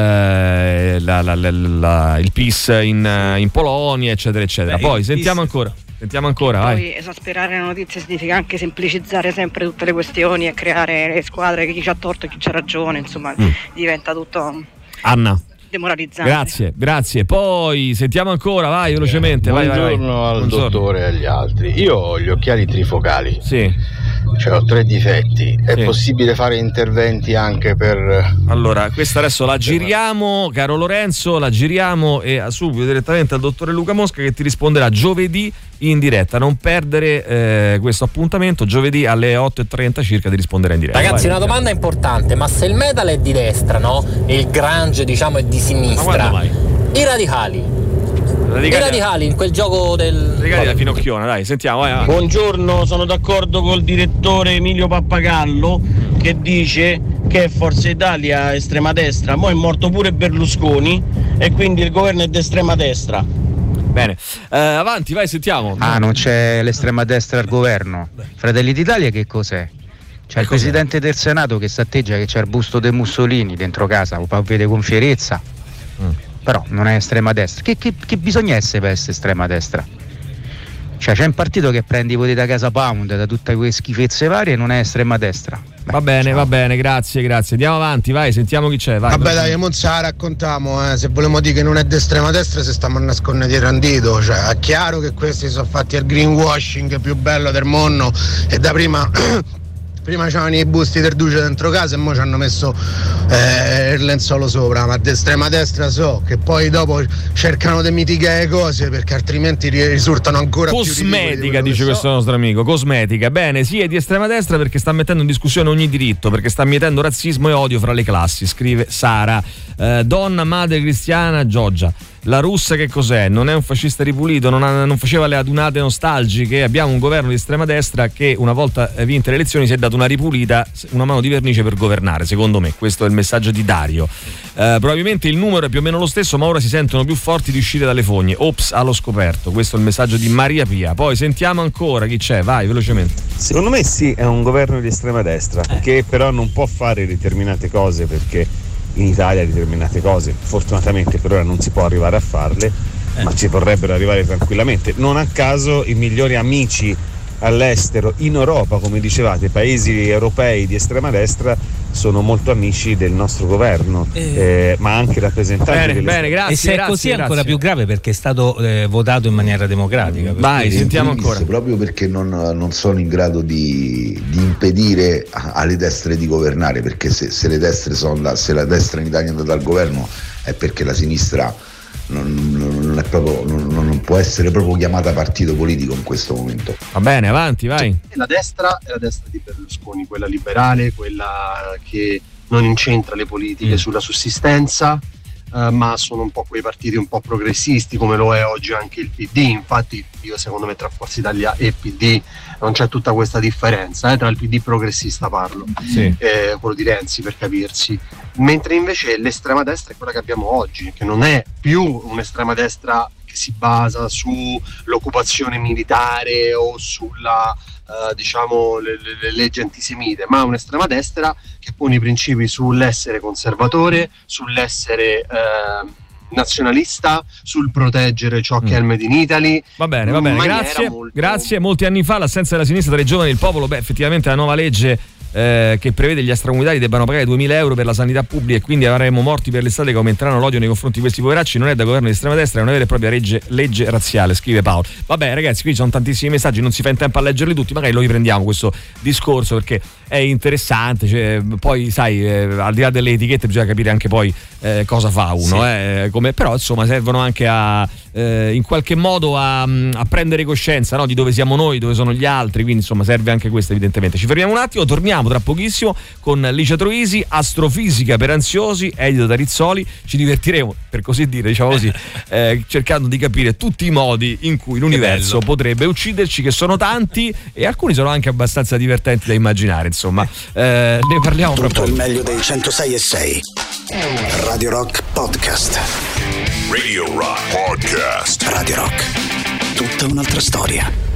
Speaker 3: il PiS in Polonia, eccetera eccetera. Poi sentiamo ancora, vai.
Speaker 5: Poi esasperare la notizia significa anche semplicizzare sempre tutte le questioni e creare le squadre, chi c'ha torto e chi c'ha ragione, insomma diventa tutto
Speaker 3: Anna
Speaker 5: demoralizzante.
Speaker 3: Grazie. Poi sentiamo ancora, vai velocemente.
Speaker 9: Buongiorno al dottore e agli altri. Io ho gli occhiali trifocali.
Speaker 3: Sì.
Speaker 9: Cioè ho 3 difetti. È possibile fare interventi anche per...
Speaker 3: Allora, questa adesso la giriamo, caro Lorenzo, e subito direttamente al dottore Luca Mosca, che ti risponderà giovedì in diretta. Non perdere questo appuntamento, giovedì alle 8:30 circa ti risponderà in diretta.
Speaker 21: Ragazzi, una domanda importante: ma se il metal è di destra, no? E il grunge, diciamo, è di sinistra, i radicali in quel gioco del
Speaker 3: radicali da Finocchiona, dai, sentiamo, vai.
Speaker 12: Buongiorno, sono d'accordo col direttore Emilio Pappagallo che dice che Forza Italia è estrema destra, mo' è morto pure Berlusconi e quindi il governo è d'estrema destra.
Speaker 3: Bene, avanti, vai, sentiamo.
Speaker 20: Non c'è l'estrema destra al governo. Fratelli d'Italia che cos'è? C'è il presidente del Senato che s'atteggia che c'è il busto di Mussolini dentro casa, lo fa vedere con fierezza. Però non è estrema destra. Che bisogna essere per essere estrema destra? Cioè c'è un partito che prende i voti da Casa Pound, da tutte quelle schifezze varie, e non è estrema destra.
Speaker 3: Va bene, grazie. Andiamo avanti, vai, sentiamo chi c'è. Vai.
Speaker 7: Vabbè, dai, non se la raccontiamo, se volevamo dire che non è d'estrema destra, se stiamo a nascondere dietro un dito. Cioè, è chiaro che questi sono fatti al greenwashing più bello del mondo e da prima c'erano i busti del Duce dentro casa e ora ci hanno messo il lenzuolo sopra, ma d'estrema destra che poi dopo cercano di mitigare cose perché altrimenti risultano ancora
Speaker 3: cosmetica, dice questo nostro amico, cosmetica. Bene, sì, è di estrema destra perché sta mettendo in discussione ogni diritto, perché sta mietendo razzismo e odio fra le classi, scrive Sara. Donna, madre cristiana, Giorgia. La russa che cos'è? Non è un fascista ripulito, non faceva le adunate nostalgiche. Abbiamo un governo di estrema destra che una volta vinte le elezioni si è dato una ripulita, una mano di vernice per governare, secondo me. Questo è il messaggio di Dario. Probabilmente il numero è più o meno lo stesso, ma ora si sentono più forti di uscire dalle fogne. Ops, allo scoperto. Questo è il messaggio di Maria Pia. Poi sentiamo ancora chi c'è, vai velocemente.
Speaker 22: Secondo me sì, è un governo di estrema destra che però non può fare determinate cose perché in Italia determinate cose fortunatamente per ora non si può arrivare a farle, ma ci vorrebbero arrivare tranquillamente. Non a caso i migliori amici all'estero in Europa, come dicevate, paesi europei di estrema destra sono molto amici del nostro governo, ma anche rappresentanti
Speaker 3: bene, grazie.
Speaker 4: E se è così è ancora più grave perché è stato votato in maniera democratica.
Speaker 3: Vai, sentiamo ancora.
Speaker 23: Proprio perché non sono in grado di impedire alle destre di governare, perché se le destre se la destra in Italia è andata al governo è perché la sinistra non può essere proprio chiamata partito politico in questo momento.
Speaker 3: Va bene, avanti, vai.
Speaker 24: La destra è la destra di Berlusconi, quella liberale, quella che non incentra le politiche sulla sussistenza, ma sono un po' quei partiti un po' progressisti come lo è oggi anche il PD. Infatti io secondo me tra Forza Italia e PD non c'è tutta questa differenza, tra il PD progressista parlo, quello di Renzi per capirsi, mentre invece l'estrema destra è quella che abbiamo oggi, che non è più un'estrema destra che si basa sull'occupazione militare o sulla le leggi antisemite, ma un'estrema destra che pone i principi sull'essere conservatore, sull'essere nazionalista, sul proteggere ciò che è il Made in Italy.
Speaker 3: Va bene, grazie. Molti anni fa l'assenza della sinistra tra i giovani del popolo, effettivamente la nuova legge che prevede gli extracomunitari debbano pagare 2.000 euro per la sanità pubblica e quindi avremo morti per l'estate che aumenteranno l'odio nei confronti di questi poveracci. Non è da governo di estrema destra, è una vera e propria legge razziale, scrive Paolo. Vabbè ragazzi, qui ci sono tantissimi messaggi, non si fa in tempo a leggerli tutti, magari lo riprendiamo questo discorso perché è interessante, poi sai, al di là delle etichette bisogna capire anche poi cosa fa uno, però insomma servono anche a in qualche modo a prendere coscienza, no, di dove siamo noi, dove sono gli altri, quindi insomma serve anche questo evidentemente. Ci fermiamo un attimo, torniamo tra pochissimo con Licia Troisi, Astrofisica per ansiosi, edito da Rizzoli. Ci divertiremo, per così dire, diciamo così, cercando di capire tutti i modi in cui l'universo potrebbe ucciderci, che sono tanti e alcuni sono anche abbastanza divertenti da immaginare, insomma. Ne parliamo
Speaker 2: tutto il meglio dei 106.6 Radio Rock Podcast.
Speaker 6: Radio Rock Podcast.
Speaker 2: Radio Rock. Tutta un'altra storia.